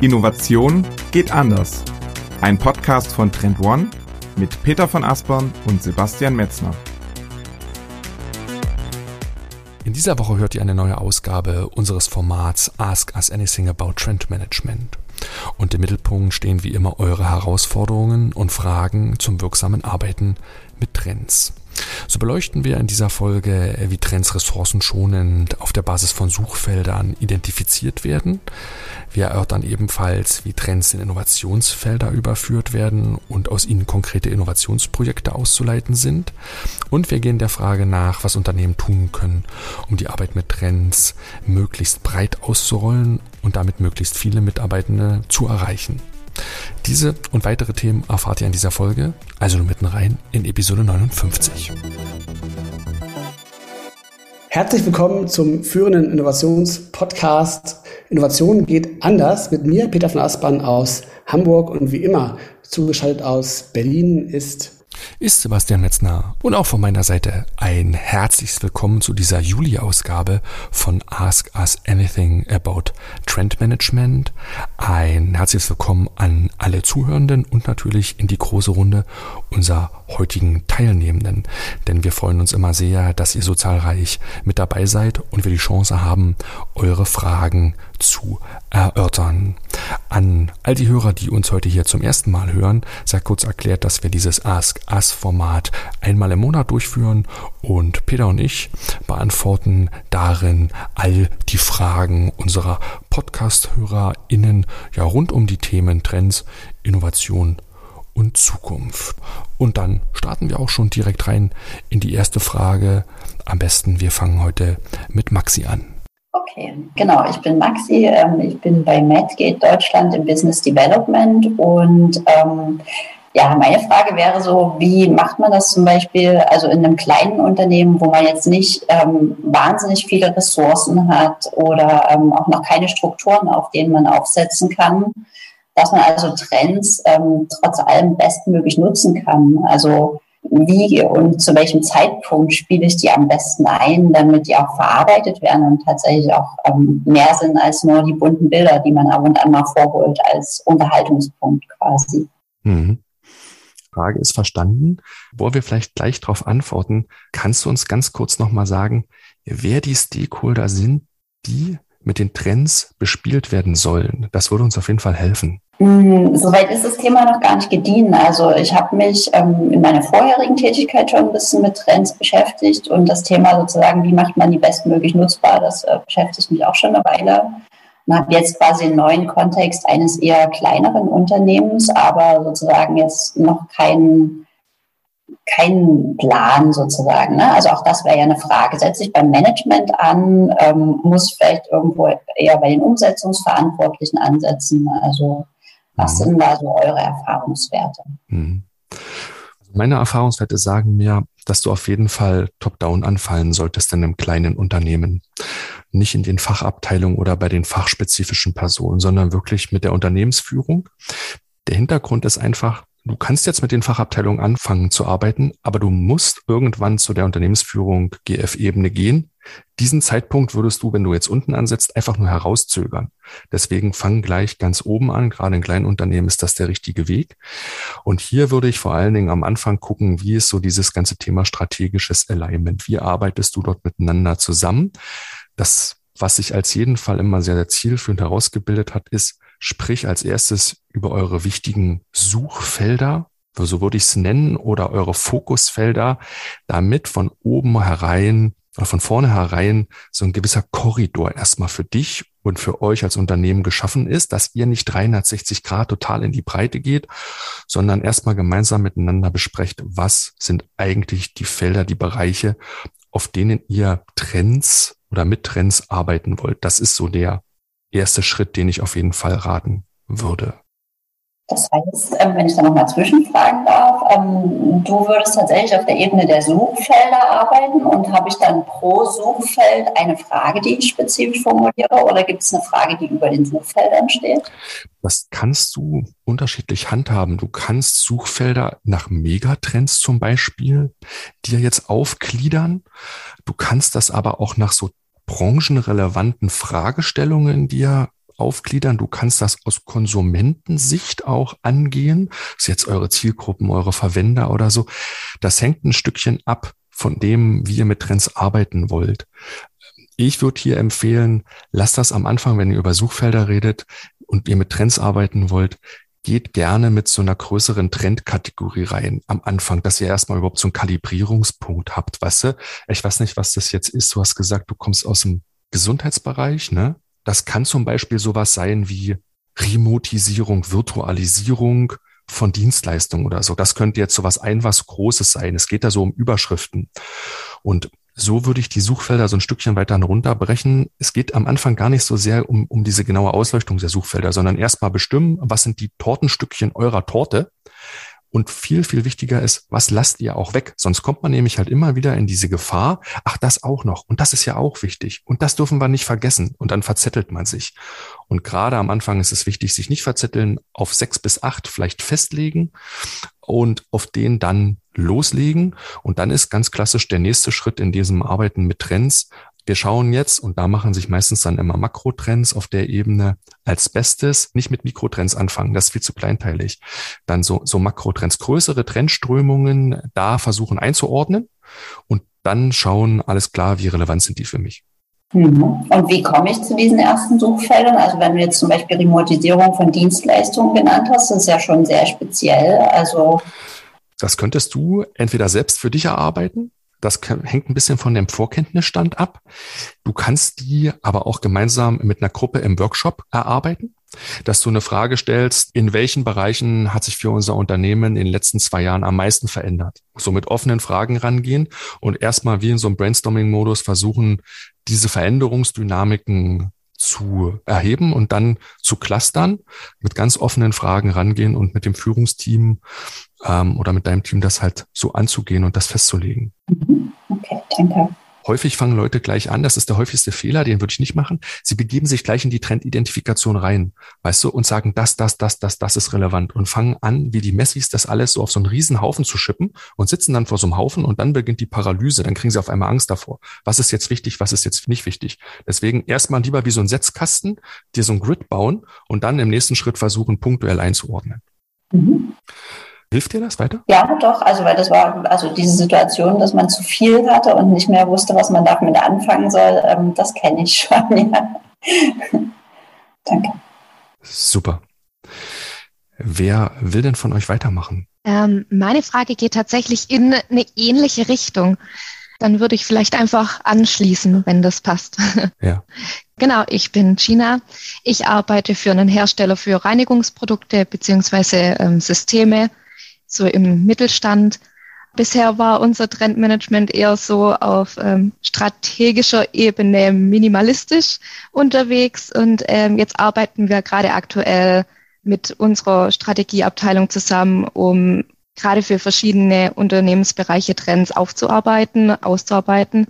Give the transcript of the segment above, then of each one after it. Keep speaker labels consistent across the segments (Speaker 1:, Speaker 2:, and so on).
Speaker 1: Innovation geht anders. Ein Podcast von Trend One mit Peter von Aspern und Sebastian Metzner.
Speaker 2: In dieser Woche hört ihr eine neue Ausgabe unseres Formats Ask Us Anything About Trend Management. Und im Mittelpunkt stehen wie immer eure Herausforderungen und Fragen zum wirksamen Arbeiten mit Trends. So beleuchten wir in dieser Folge, wie Trends ressourcenschonend auf der Basis von Suchfeldern identifiziert werden. Wir erörtern ebenfalls, wie Trends in Innovationsfelder überführt werden und aus ihnen konkrete Innovationsprojekte auszuleiten sind. Und wir gehen der Frage nach, was Unternehmen tun können, um die Arbeit mit Trends möglichst breit auszurollen und damit möglichst viele Mitarbeitende zu erreichen. Diese und weitere Themen erfahrt ihr in dieser Folge, also nur mitten rein in Episode 59.
Speaker 3: Herzlich willkommen zum führenden Innovationspodcast Innovation geht anders mit mir, Peter von Aspern aus Hamburg, und wie immer zugeschaltet aus Berlin ist
Speaker 2: Sebastian Metzner, und auch von meiner Seite ein herzliches Willkommen zu dieser Juli-Ausgabe von Ask Us Anything About Trend Management. Ein herzliches Willkommen an alle Zuhörenden und natürlich in die große Runde unserer heutigen Teilnehmenden. Denn wir freuen uns immer sehr, dass ihr so zahlreich mit dabei seid und wir die Chance haben, eure Fragen zu erörtern. An all die Hörer, die uns heute hier zum ersten Mal hören, sei kurz erklärt, dass wir dieses Ask Us-Format einmal im Monat durchführen und Peter und ich beantworten darin all die Fragen unserer Podcast-HörerInnen rund um die Themen Trends, Innovation und Zukunft. Und dann starten wir auch schon direkt rein in die erste Frage. Am besten, wir fangen heute mit Maxi an.
Speaker 4: Okay, genau. Ich bin Maxi. Ich bin bei Medgate Deutschland im Business Development und meine Frage wäre so, wie macht man das zum Beispiel, also in einem kleinen Unternehmen, wo man jetzt nicht wahnsinnig viele Ressourcen hat oder auch noch keine Strukturen, auf denen man aufsetzen kann, dass man also Trends trotz allem bestmöglich nutzen kann. Also wie und zu welchem Zeitpunkt spiele ich die am besten ein, damit die auch verarbeitet werden und tatsächlich auch mehr sind als nur die bunten Bilder, die man ab und an mal vorholt als Unterhaltungspunkt quasi.
Speaker 2: Frage ist verstanden. Bevor wir vielleicht gleich darauf antworten, kannst du uns ganz kurz nochmal sagen, wer die Stakeholder sind, die mit den Trends bespielt werden sollen? Das würde uns auf jeden Fall helfen.
Speaker 4: Soweit ist das Thema noch gar nicht gediehen. Also ich habe mich in meiner vorherigen Tätigkeit schon ein bisschen mit Trends beschäftigt und das Thema sozusagen, wie macht man die bestmöglich nutzbar, das beschäftigt mich auch schon eine Weile. Und habe jetzt quasi einen neuen Kontext eines eher kleineren Unternehmens, aber sozusagen jetzt noch keinen Plan sozusagen. Ne? Also auch das wäre ja eine Frage. Setze ich beim Management an, muss vielleicht irgendwo eher bei den Umsetzungsverantwortlichen ansetzen. Also was sind da so eure Erfahrungswerte?
Speaker 2: Meine Erfahrungswerte sagen mir, dass du auf jeden Fall top-down anfallen solltest in einem kleinen Unternehmen. Nicht in den Fachabteilungen oder bei den fachspezifischen Personen, sondern wirklich mit der Unternehmensführung. Der Hintergrund ist einfach, du kannst jetzt mit den Fachabteilungen anfangen zu arbeiten, aber du musst irgendwann zu der Unternehmensführung GF-Ebene gehen. Diesen Zeitpunkt würdest du, wenn du jetzt unten ansetzt, einfach nur herauszögern. Deswegen fang gleich ganz oben an. Gerade in kleinen Unternehmen ist das der richtige Weg. Und hier würde ich vor allen Dingen am Anfang gucken, wie ist so dieses ganze Thema strategisches Alignment? Wie arbeitest du dort miteinander zusammen? Das, was sich als jeden Fall immer sehr, sehr zielführend herausgebildet hat, ist, sprich als erstes über eure wichtigen Suchfelder, so würde ich es nennen, oder eure Fokusfelder, damit von oben herein oder von vorne herein so ein gewisser Korridor erstmal für dich und für euch als Unternehmen geschaffen ist, dass ihr nicht 360 Grad total in die Breite geht, sondern erstmal gemeinsam miteinander besprecht, was sind eigentlich die Felder, die Bereiche, auf denen ihr Trends oder mit Trends arbeiten wollt. Das ist so der erste Schritt, den ich auf jeden Fall raten würde.
Speaker 4: Das heißt, wenn ich da nochmal zwischenfragen darf, du würdest tatsächlich auf der Ebene der Suchfelder arbeiten und habe ich dann pro Suchfeld eine Frage, die ich spezifisch formuliere, oder gibt es eine Frage, die über den Suchfeldern steht?
Speaker 2: Das kannst du unterschiedlich handhaben. Du kannst Suchfelder nach Megatrends zum Beispiel dir jetzt aufgliedern. Du kannst das aber auch nach so branchenrelevanten Fragestellungen dir aufgliedern. Du kannst das aus Konsumentensicht auch angehen. Das ist jetzt eure Zielgruppen, eure Verwender oder so. Das hängt ein Stückchen ab von dem, wie ihr mit Trends arbeiten wollt. Ich würde hier empfehlen, lasst das am Anfang, wenn ihr über Suchfelder redet und ihr mit Trends arbeiten wollt, geht gerne mit so einer größeren Trendkategorie rein am Anfang, dass ihr erstmal überhaupt so einen Kalibrierungspunkt habt, weißt du? Ich weiß nicht, was das jetzt ist. Du hast gesagt, du kommst aus dem Gesundheitsbereich, ne? Das kann zum Beispiel sowas sein wie Remotisierung, Virtualisierung von Dienstleistungen oder so. Das könnte jetzt sowas was Großes sein. Es geht da so um Überschriften. Und so würde ich die Suchfelder so ein Stückchen weiter runterbrechen. Es geht am Anfang gar nicht so sehr um diese genaue Ausleuchtung der Suchfelder, sondern erstmal bestimmen, was sind die Tortenstückchen eurer Torte. Und viel, viel wichtiger ist, was lasst ihr auch weg? Sonst kommt man nämlich halt immer wieder in diese Gefahr, ach, das auch noch. Und das ist ja auch wichtig. Und das dürfen wir nicht vergessen. Und dann verzettelt man sich. Und gerade am Anfang ist es wichtig, sich nicht verzetteln, auf 6 bis 8 vielleicht festlegen und auf den dann loslegen. Und dann ist ganz klassisch der nächste Schritt in diesem Arbeiten mit Trends. Wir schauen jetzt, und da machen sich meistens dann immer Makrotrends auf der Ebene als Bestes, nicht mit Mikrotrends anfangen, das ist viel zu kleinteilig. Dann so Makrotrends, größere Trendströmungen da versuchen einzuordnen und dann schauen, alles klar, wie relevant sind die für mich.
Speaker 4: Und wie komme ich zu diesen ersten Suchfeldern? Also wenn du jetzt zum Beispiel Remotisierung von Dienstleistungen genannt hast, das ist ja schon sehr speziell. Also
Speaker 2: das könntest du entweder selbst für dich erarbeiten. Das hängt ein bisschen von dem Vorkenntnisstand ab. Du kannst die aber auch gemeinsam mit einer Gruppe im Workshop erarbeiten, dass du eine Frage stellst, in welchen Bereichen hat sich für unser Unternehmen in den letzten 2 Jahren am meisten verändert. So mit offenen Fragen rangehen und erstmal wie in so einem Brainstorming-Modus versuchen, diese Veränderungsdynamiken zu erheben und dann zu clustern, mit ganz offenen Fragen rangehen und mit dem Führungsteam oder mit deinem Team das halt so anzugehen und das festzulegen.
Speaker 4: Okay, danke.
Speaker 2: Häufig fangen Leute gleich an, das ist der häufigste Fehler, den würde ich nicht machen. Sie begeben sich gleich in die Trendidentifikation rein, weißt du, und sagen, das ist relevant und fangen an, wie die Messis, das alles so auf so einen riesen Haufen zu schippen und sitzen dann vor so einem Haufen und dann beginnt die Paralyse, dann kriegen sie auf einmal Angst davor. Was ist jetzt wichtig, was ist jetzt nicht wichtig? Deswegen erstmal lieber wie so ein Setzkasten, dir so ein Grid bauen und dann im nächsten Schritt versuchen, punktuell einzuordnen. Hilft dir das weiter?
Speaker 4: Ja, doch. Also, weil das war also diese Situation, dass man zu viel hatte und nicht mehr wusste, was man damit anfangen soll, das kenne ich schon, ja. Danke.
Speaker 2: Super. Wer will denn von euch weitermachen?
Speaker 5: Meine Frage geht tatsächlich in eine ähnliche Richtung. Dann würde ich vielleicht einfach anschließen, wenn das passt.
Speaker 2: Ja.
Speaker 5: Genau, ich bin Gina. Ich arbeite für einen Hersteller für Reinigungsprodukte beziehungsweise Systeme, so im Mittelstand. Bisher war unser Trendmanagement eher so auf strategischer Ebene minimalistisch unterwegs und jetzt arbeiten wir gerade aktuell mit unserer Strategieabteilung zusammen, um gerade für verschiedene Unternehmensbereiche Trends auszuarbeiten.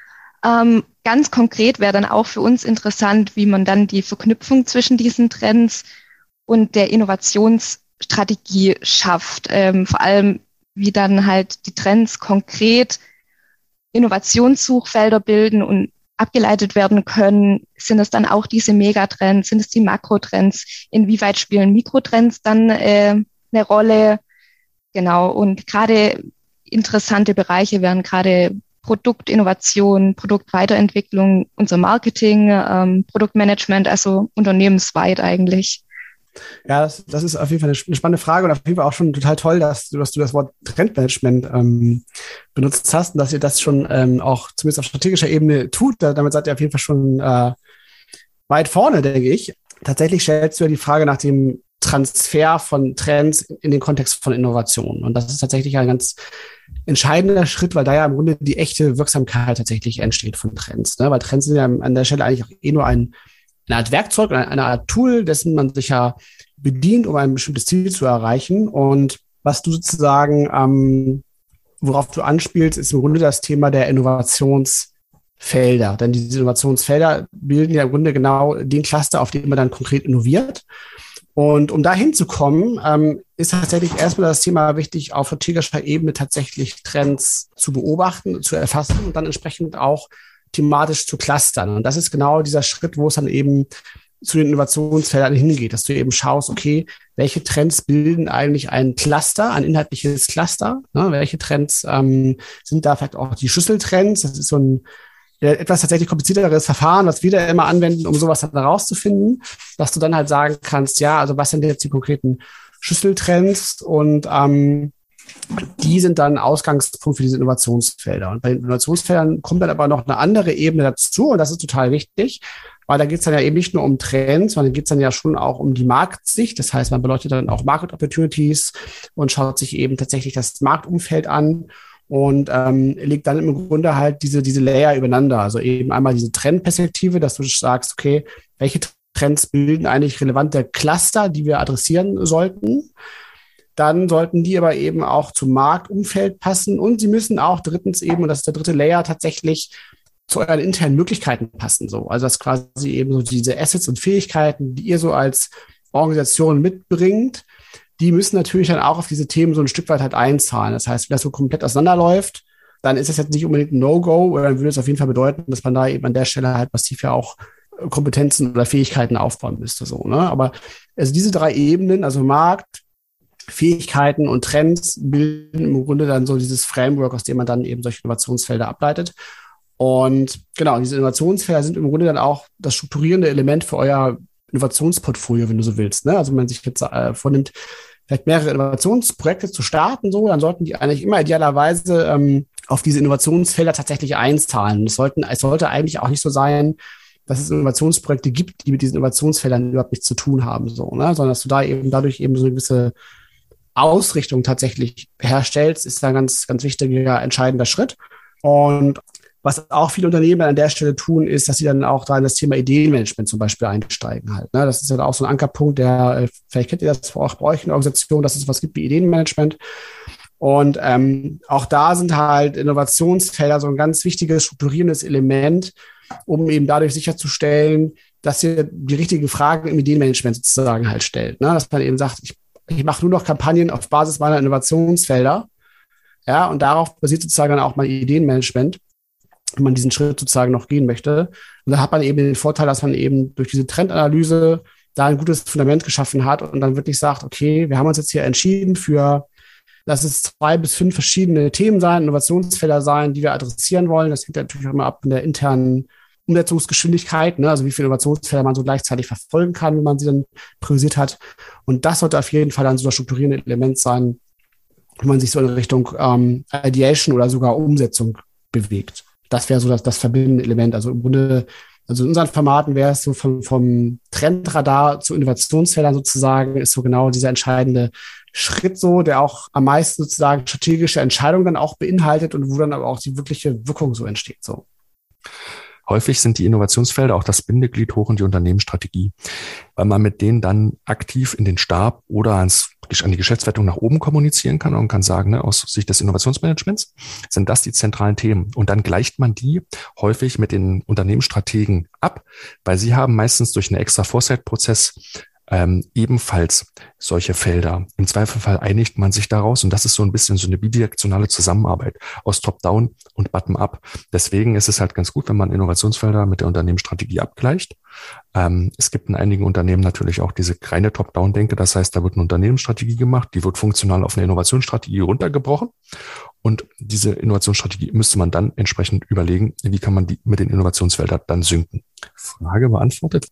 Speaker 5: Ganz konkret wäre dann auch für uns interessant, wie man dann die Verknüpfung zwischen diesen Trends und der Innovationsstrategie schafft. Vor allem, wie dann halt die Trends konkret Innovationssuchfelder bilden und abgeleitet werden können. Sind es dann auch diese Megatrends? Sind es die Makrotrends? Inwieweit spielen Mikrotrends dann eine Rolle? Genau, und gerade interessante Bereiche wären gerade Produktinnovation, Produktweiterentwicklung, unser Marketing, Produktmanagement, also unternehmensweit eigentlich.
Speaker 3: Ja, das ist auf jeden Fall eine spannende Frage und auf jeden Fall auch schon total toll, dass du das Wort Trendmanagement benutzt hast und dass ihr das schon auch zumindest auf strategischer Ebene tut. Damit seid ihr auf jeden Fall schon weit vorne, denke ich. Tatsächlich stellst du ja die Frage nach dem Transfer von Trends in den Kontext von Innovation. Und das ist tatsächlich ein ganz entscheidender Schritt, weil da ja im Grunde die echte Wirksamkeit tatsächlich entsteht von Trends. Ne? Weil Trends sind ja an der Stelle eigentlich auch nur eine Art Werkzeug, eine Art Tool, dessen man sich ja bedient, um ein bestimmtes Ziel zu erreichen. Und was du sozusagen, worauf du anspielst, ist im Grunde das Thema der Innovationsfelder. Denn diese Innovationsfelder bilden ja im Grunde genau den Cluster, auf dem man dann konkret innoviert. Und um da hinzukommen, ist tatsächlich erstmal das Thema wichtig, auf strategischer Ebene tatsächlich Trends zu beobachten, zu erfassen und dann entsprechend auch thematisch zu clustern. Und das ist genau dieser Schritt, wo es dann eben zu den Innovationsfeldern hingeht, dass du eben schaust, okay, welche Trends bilden eigentlich ein Cluster, ein inhaltliches Cluster, ne? Welche Trends sind da vielleicht auch die Schlüsseltrends, das ist so ein etwas tatsächlich komplizierteres Verfahren, was wir da immer anwenden, um sowas dann herauszufinden, dass du dann halt sagen kannst, ja, also was sind jetzt die konkreten Schlüsseltrends und die sind dann Ausgangspunkt für diese Innovationsfelder. Und bei den Innovationsfeldern kommt dann aber noch eine andere Ebene dazu und das ist total wichtig, weil da geht es dann ja eben nicht nur um Trends, sondern geht es dann ja schon auch um die Marktsicht. Das heißt, man beleuchtet dann auch Market Opportunities und schaut sich eben tatsächlich das Marktumfeld an und legt dann im Grunde halt diese Layer übereinander. Also eben einmal diese Trendperspektive, dass du sagst, okay, welche Trends bilden eigentlich relevante Cluster, die wir adressieren sollten. Dann sollten die aber eben auch zum Marktumfeld passen und sie müssen auch drittens eben, und das ist der dritte Layer, tatsächlich zu euren internen Möglichkeiten passen. So. Also dass quasi eben so diese Assets und Fähigkeiten, die ihr so als Organisation mitbringt, die müssen natürlich dann auch auf diese Themen so ein Stück weit halt einzahlen. Das heißt, wenn das so komplett auseinanderläuft, dann ist das jetzt nicht unbedingt ein No-Go, oder dann würde es auf jeden Fall bedeuten, dass man da eben an der Stelle halt massiv ja auch Kompetenzen oder Fähigkeiten aufbauen müsste. So, ne? Aber also diese 3 Ebenen, also Markt, Fähigkeiten und Trends, bilden im Grunde dann so dieses Framework, aus dem man dann eben solche Innovationsfelder ableitet. Und genau, diese Innovationsfelder sind im Grunde dann auch das strukturierende Element für euer Innovationsportfolio, wenn du so willst. Ne? Also wenn man sich jetzt vornimmt, vielleicht mehrere Innovationsprojekte zu starten, so, dann sollten die eigentlich immer idealerweise auf diese Innovationsfelder tatsächlich einzahlen. Es sollte eigentlich auch nicht so sein, dass es Innovationsprojekte gibt, die mit diesen Innovationsfeldern überhaupt nichts zu tun haben, so, ne? Sondern dass du da eben dadurch eben so eine gewisse Ausrichtung tatsächlich herstellst, ist ein ganz, ganz wichtiger, entscheidender Schritt. Und was auch viele Unternehmen an der Stelle tun, ist, dass sie dann auch da in das Thema Ideenmanagement zum Beispiel einsteigen halt. Ne? Das ist ja auch so ein Ankerpunkt, vielleicht kennt ihr das auch bei euch in der Organisation, dass es was gibt wie Ideenmanagement. Und auch da sind halt Innovationsfelder so ein ganz wichtiges, strukturierendes Element, um eben dadurch sicherzustellen, dass ihr die richtigen Fragen im Ideenmanagement sozusagen halt stellt. Ne? Dass man eben sagt, ich mache nur noch Kampagnen auf Basis meiner Innovationsfelder. Ja, und darauf basiert sozusagen dann auch mein Ideenmanagement, wenn man diesen Schritt sozusagen noch gehen möchte. Und da hat man eben den Vorteil, dass man eben durch diese Trendanalyse da ein gutes Fundament geschaffen hat und dann wirklich sagt, okay, wir haben uns jetzt hier entschieden für, lass es 2 bis 5 verschiedene Themen sein, Innovationsfelder sein, die wir adressieren wollen. Das hängt natürlich auch immer ab von der internen Umsetzungsgeschwindigkeit, ne? Also wie viele Innovationsfelder man so gleichzeitig verfolgen kann, wenn man sie dann priorisiert hat. Und das sollte auf jeden Fall dann so das strukturierende Element sein, wenn man sich so in Richtung Ideation oder sogar Umsetzung bewegt. Das wäre so das verbindende Element. Also im Grunde, also in unseren Formaten wäre es so vom Trendradar zu Innovationsfeldern sozusagen, ist so genau dieser entscheidende Schritt so, der auch am meisten sozusagen strategische Entscheidungen dann auch beinhaltet und wo dann aber auch die wirkliche Wirkung so entsteht. So.
Speaker 2: Häufig sind die Innovationsfelder auch das Bindeglied hoch in die Unternehmensstrategie, weil man mit denen dann aktiv in den Stab oder an die Geschäftsleitung nach oben kommunizieren kann und kann sagen, ne, aus Sicht des Innovationsmanagements sind das die zentralen Themen. Und dann gleicht man die häufig mit den Unternehmensstrategen ab, weil sie haben meistens durch einen extra Foresight-Prozess ebenfalls solche Felder. Im Zweifelfall einigt man sich daraus und das ist so ein bisschen so eine bidirektionale Zusammenarbeit aus Top-Down und Bottom-Up. Deswegen ist es halt ganz gut, wenn man Innovationsfelder mit der Unternehmensstrategie abgleicht. Es gibt in einigen Unternehmen natürlich auch diese reine Top-Down-Denke. Das heißt, da wird eine Unternehmensstrategie gemacht, die wird funktional auf eine Innovationsstrategie runtergebrochen. Und diese Innovationsstrategie müsste man dann entsprechend überlegen, wie kann man die mit den Innovationsfeldern dann synken. Frage beantwortet?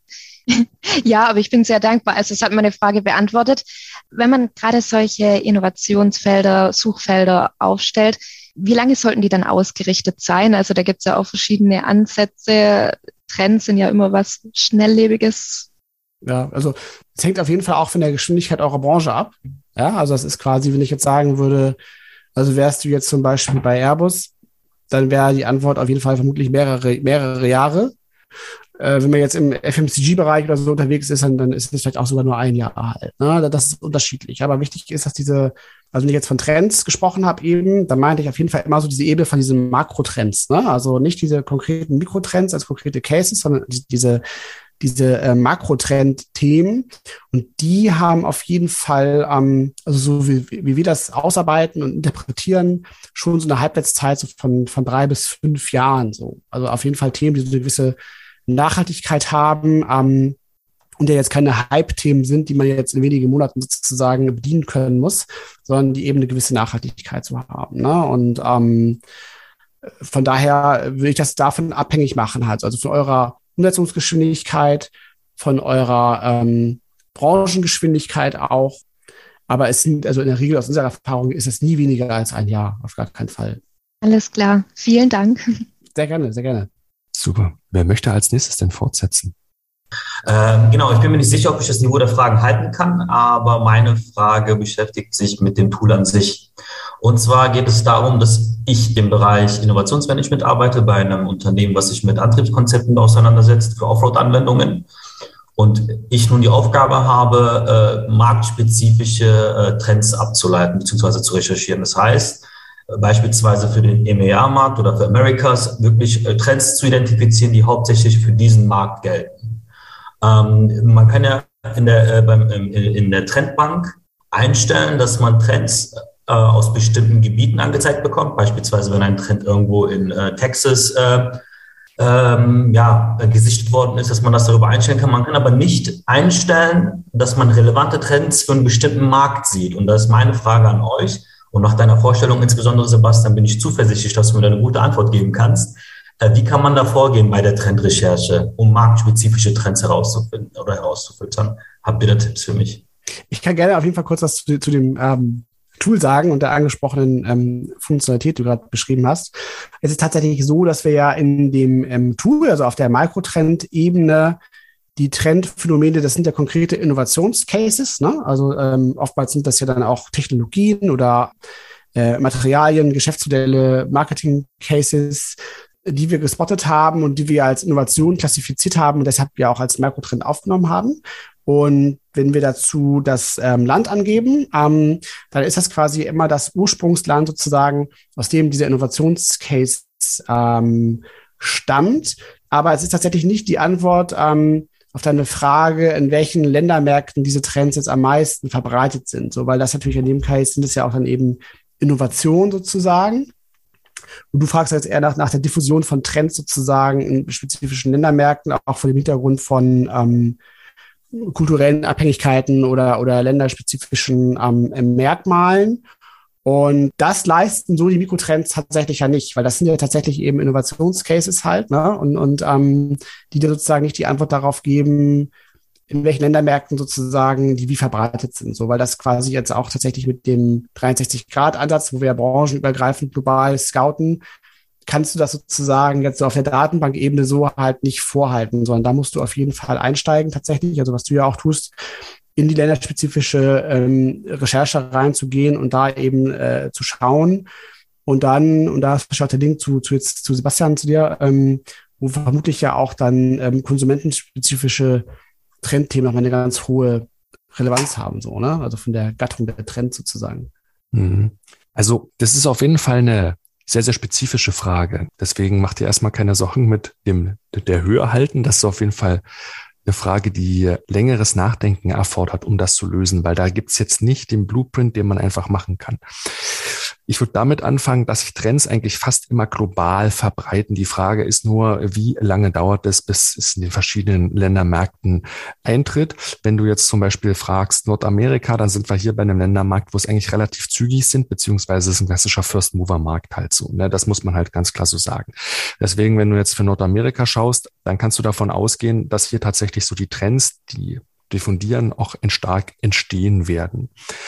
Speaker 5: Ja, aber ich bin sehr dankbar. Also es hat meine Frage beantwortet. Wenn man gerade solche Innovationsfelder, Suchfelder aufstellt, wie lange sollten die dann ausgerichtet sein? Also da gibt es ja auch verschiedene Ansätze. Trends sind ja immer was Schnelllebiges.
Speaker 3: Ja, also es hängt auf jeden Fall auch von der Geschwindigkeit eurer Branche ab. Ja, also das ist quasi, wenn ich jetzt sagen würde, also wärst du jetzt zum Beispiel bei Airbus, dann wäre die Antwort auf jeden Fall vermutlich mehrere Jahre. Wenn man jetzt im FMCG-Bereich oder so unterwegs ist, dann ist es vielleicht auch sogar nur ein Jahr alt. Ne? Das ist unterschiedlich. Aber wichtig ist, dass also wenn ich jetzt von Trends gesprochen habe eben, dann meinte ich auf jeden Fall immer so diese Ebene von diesen Makrotrends. Ne? Also nicht diese konkreten Mikrotrends als konkrete Cases, sondern diese Makrotrend-Themen. Und die haben auf jeden Fall, also so wie wir das ausarbeiten und interpretieren, schon so eine Halbwertszeit so von 3 bis 5 Jahren. So. Also auf jeden Fall Themen, die so eine gewisse Nachhaltigkeit haben, und ja jetzt keine Hype-Themen sind, die man jetzt in wenigen Monaten sozusagen bedienen können muss, sondern die eben eine gewisse Nachhaltigkeit zu haben. Ne? Und von daher will ich das davon abhängig machen, halt, also von eurer Umsetzungsgeschwindigkeit, von eurer Branchengeschwindigkeit auch. Aber es sind, also in der Regel aus unserer Erfahrung ist es nie weniger als ein Jahr, auf gar keinen Fall.
Speaker 5: Alles klar. Vielen Dank.
Speaker 3: Sehr gerne, sehr gerne.
Speaker 2: Super. Wer möchte als nächstes denn fortsetzen?
Speaker 6: Genau, ich bin mir nicht sicher, ob ich das Niveau der Fragen halten kann, aber meine Frage beschäftigt sich mit dem Tool an sich. Und zwar geht es darum, dass ich im Bereich Innovationsmanagement arbeite bei einem Unternehmen, was sich mit Antriebskonzepten auseinandersetzt für Offroad-Anwendungen. Und ich nun die Aufgabe habe, marktspezifische Trends abzuleiten bzw. zu recherchieren. Das heißt, beispielsweise für den EMEA-Markt oder für Americas wirklich Trends zu identifizieren, die hauptsächlich für diesen Markt gelten. Man kann ja in der Trendbank einstellen, dass man Trends aus bestimmten Gebieten angezeigt bekommt. Beispielsweise, wenn ein Trend irgendwo in Texas gesichtet worden ist, dass man das darüber einstellen kann. Man kann aber nicht einstellen, dass man relevante Trends für einen bestimmten Markt sieht. Und das ist meine Frage an euch. Und nach deiner Vorstellung, insbesondere Sebastian, bin ich zuversichtlich, dass du mir da eine gute Antwort geben kannst. Wie kann man da vorgehen bei der Trendrecherche, um marktspezifische Trends herauszufinden oder herauszufiltern? Habt ihr da Tipps für mich?
Speaker 3: Ich kann gerne auf jeden Fall kurz was zu dem Tool sagen und der angesprochenen Funktionalität, die du gerade beschrieben hast. Es ist tatsächlich so, dass wir ja in dem Tool, also auf der Mikrotrend-Ebene, die Trendphänomene, das sind ja konkrete Innovationscases, ne? Also oftmals sind das ja dann auch Technologien oder Materialien, Geschäftsmodelle, Marketing-Cases, die wir gespottet haben und die wir als Innovation klassifiziert haben und deshalb ja auch als Mikrotrend aufgenommen haben. Und wenn wir dazu das Land angeben, dann ist das quasi immer das Ursprungsland sozusagen, aus dem dieser Innovationscase stammt. Aber es ist tatsächlich nicht die Antwort auf deine Frage, in welchen Ländermärkten diese Trends jetzt am meisten verbreitet sind. So, weil das natürlich in dem Case sind es ja auch dann eben Innovationen sozusagen. Und du fragst jetzt eher nach der Diffusion von Trends sozusagen in spezifischen Ländermärkten, auch vor dem Hintergrund von kulturellen Abhängigkeiten oder länderspezifischen Merkmalen. Und das leisten so die Mikrotrends tatsächlich ja nicht, weil das sind ja tatsächlich eben Innovationscases halt, ne? Und die dir sozusagen nicht die Antwort darauf geben, in welchen Ländermärkten sozusagen die wie verbreitet sind. So, weil das quasi jetzt auch tatsächlich mit dem 360-Grad-Ansatz, wo wir ja branchenübergreifend global scouten, kannst du das sozusagen jetzt so auf der Datenbankebene so halt nicht vorhalten, sondern da musst du auf jeden Fall einsteigen tatsächlich, also was du ja auch tust, in die länderspezifische Recherche reinzugehen und da eben zu schauen und dann, und da schaut der Link zu Sebastian, zu dir, wo vermutlich ja auch dann konsumentenspezifische Trendthemen nochmal eine ganz hohe Relevanz haben, so, ne? Also von der Gattung der Trends sozusagen.
Speaker 2: Also das ist auf jeden Fall eine sehr, sehr spezifische Frage. Deswegen macht ihr erstmal keine Sorgen mit der Höhe halten. Das ist auf jeden Fall eine Frage, die längeres Nachdenken erfordert, um das zu lösen, weil da gibt's jetzt nicht den Blueprint, den man einfach machen kann. Ich würde damit anfangen, dass sich Trends eigentlich fast immer global verbreiten. Die Frage ist nur, wie lange dauert es, bis es in den verschiedenen Ländermärkten eintritt. Wenn du jetzt zum Beispiel fragst Nordamerika, dann sind wir hier bei einem Ländermarkt, wo es eigentlich relativ zügig sind, beziehungsweise es ist ein klassischer First-Mover-Markt halt so. Ne? Das muss man halt ganz klar so sagen. Deswegen, wenn du jetzt für Nordamerika schaust, dann kannst du davon ausgehen, dass hier tatsächlich so die Trends, die diffundieren, auch stark entstehen werden.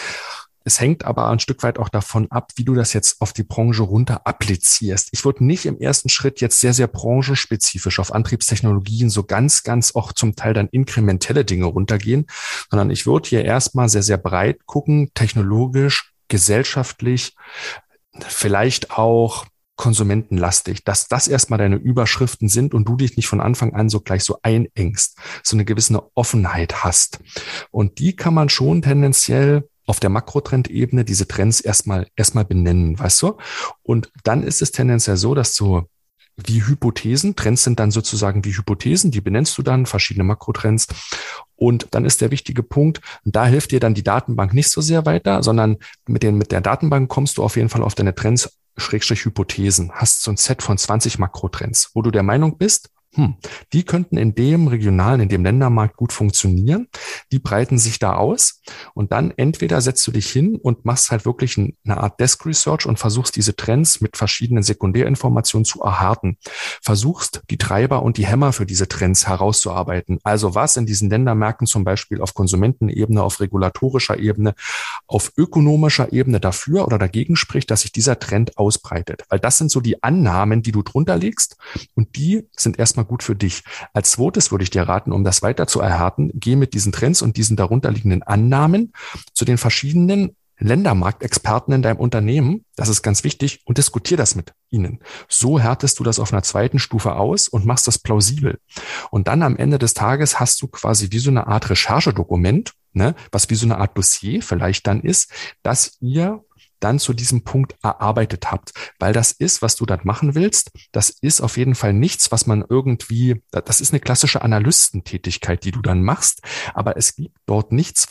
Speaker 2: Es hängt aber ein Stück weit auch davon ab, wie du das jetzt auf die Branche runter applizierst. Ich würde nicht im ersten Schritt jetzt sehr, sehr branchenspezifisch auf Antriebstechnologien so ganz, ganz auch zum Teil dann inkrementelle Dinge runtergehen, sondern ich würde hier erstmal sehr, sehr breit gucken, technologisch, gesellschaftlich, vielleicht auch konsumentenlastig, dass das erstmal deine Überschriften sind und du dich nicht von Anfang an so gleich so einengst, so eine gewisse Offenheit hast. Und die kann man schon tendenziell auf der Makrotrendebene diese Trends erstmal benennen, weißt du? Und dann ist es tendenziell so, dass so wie Hypothesen, Trends sind dann sozusagen wie Hypothesen, die benennst du dann, verschiedene Makrotrends. Und dann ist der wichtige Punkt, da hilft dir dann die Datenbank nicht so sehr weiter, sondern mit der Datenbank kommst du auf jeden Fall auf deine Trends, Hypothesen, hast so ein Set von 20 Makrotrends, wo du der Meinung bist, Die könnten in dem regionalen, in dem Ländermarkt gut funktionieren. Die breiten sich da aus und dann entweder setzt du dich hin und machst halt wirklich eine Art Desk Research und versuchst diese Trends mit verschiedenen Sekundärinformationen zu erhärten. Versuchst die Treiber und die Hämmer für diese Trends herauszuarbeiten. Also was in diesen Ländermärkten zum Beispiel auf Konsumentenebene, auf regulatorischer Ebene, auf ökonomischer Ebene dafür oder dagegen spricht, dass sich dieser Trend ausbreitet. Weil das sind so die Annahmen, die du drunter legst und die sind erstmal gut für dich. Als zweites würde ich dir raten, um das weiter zu erhärten, geh mit diesen Trends und diesen darunterliegenden Annahmen zu den verschiedenen Ländermarktexperten in deinem Unternehmen. Das ist ganz wichtig und diskutier das mit ihnen. So härtest du das auf einer zweiten Stufe aus und machst das plausibel. Und dann am Ende des Tages hast du quasi wie so eine Art Recherchedokument, was wie so eine Art Dossier vielleicht dann ist, dass ihr dann zu diesem Punkt erarbeitet habt. Weil das ist, was du dort machen willst, das ist auf jeden Fall nichts, was man irgendwie, das ist eine klassische Analystentätigkeit, die du dann machst, aber es gibt dort nichts,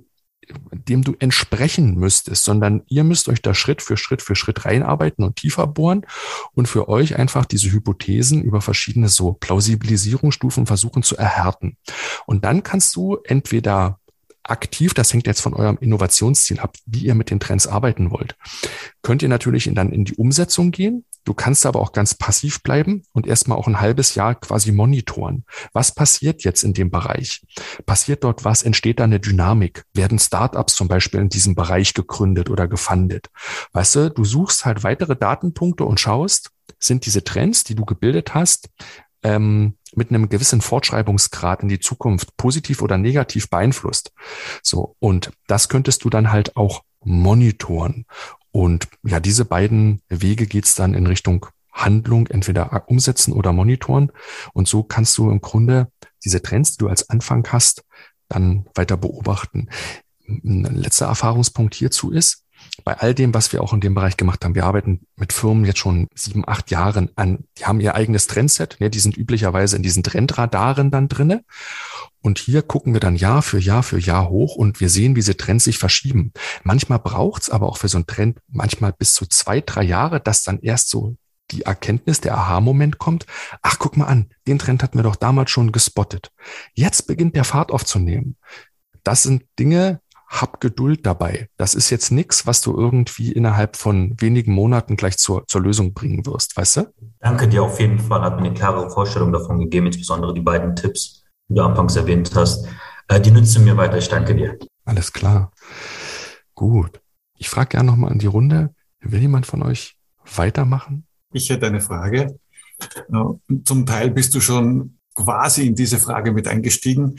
Speaker 2: dem du entsprechen müsstest, sondern ihr müsst euch da Schritt für Schritt reinarbeiten und tiefer bohren und für euch einfach diese Hypothesen über verschiedene so Plausibilisierungsstufen versuchen zu erhärten. Und dann kannst du entweder aktiv, das hängt jetzt von eurem Innovationsziel ab, wie ihr mit den Trends arbeiten wollt. Könnt ihr natürlich dann in die Umsetzung gehen. Du kannst aber auch ganz passiv bleiben und erstmal auch ein halbes Jahr quasi monitoren. Was passiert jetzt in dem Bereich? Passiert dort was? Entsteht da eine Dynamik? Werden Startups zum Beispiel in diesem Bereich gegründet oder gefundet? Weißt du, du suchst halt weitere Datenpunkte und schaust, sind diese Trends, die du gebildet hast, mit einem gewissen Fortschreibungsgrad in die Zukunft positiv oder negativ beeinflusst. So, und das könntest du dann halt auch monitoren. Und ja, diese beiden Wege geht's dann in Richtung Handlung, entweder umsetzen oder monitoren. Und so kannst du im Grunde diese Trends, die du als Anfang hast, dann weiter beobachten. Ein letzter Erfahrungspunkt hierzu ist, bei all dem, was wir auch in dem Bereich gemacht haben, wir arbeiten mit Firmen jetzt schon 7, 8 Jahren an, die haben ihr eigenes Trendset, die sind üblicherweise in diesen Trendradaren dann drinne. Und hier gucken wir dann Jahr für Jahr hoch und wir sehen, wie diese Trends sich verschieben. Manchmal braucht's aber auch für so einen Trend manchmal bis zu 2, 3 Jahre, dass dann erst so die Erkenntnis, der Aha-Moment kommt. Ach, guck mal an, den Trend hatten wir doch damals schon gespottet. Jetzt beginnt der Fahrt aufzunehmen. Das sind Dinge, hab Geduld dabei. Das ist jetzt nichts, was du irgendwie innerhalb von wenigen Monaten gleich zur Lösung bringen wirst, weißt du?
Speaker 6: Danke dir auf jeden Fall, hat mir eine klare Vorstellung davon gegeben, insbesondere die beiden Tipps, die du anfangs erwähnt hast. Die nützen mir weiter, ich danke dir.
Speaker 2: Alles klar. Gut. Ich frage gerne nochmal in die Runde, will jemand von euch weitermachen?
Speaker 7: Ich hätte eine Frage. Zum Teil bist du schon quasi in diese Frage mit eingestiegen.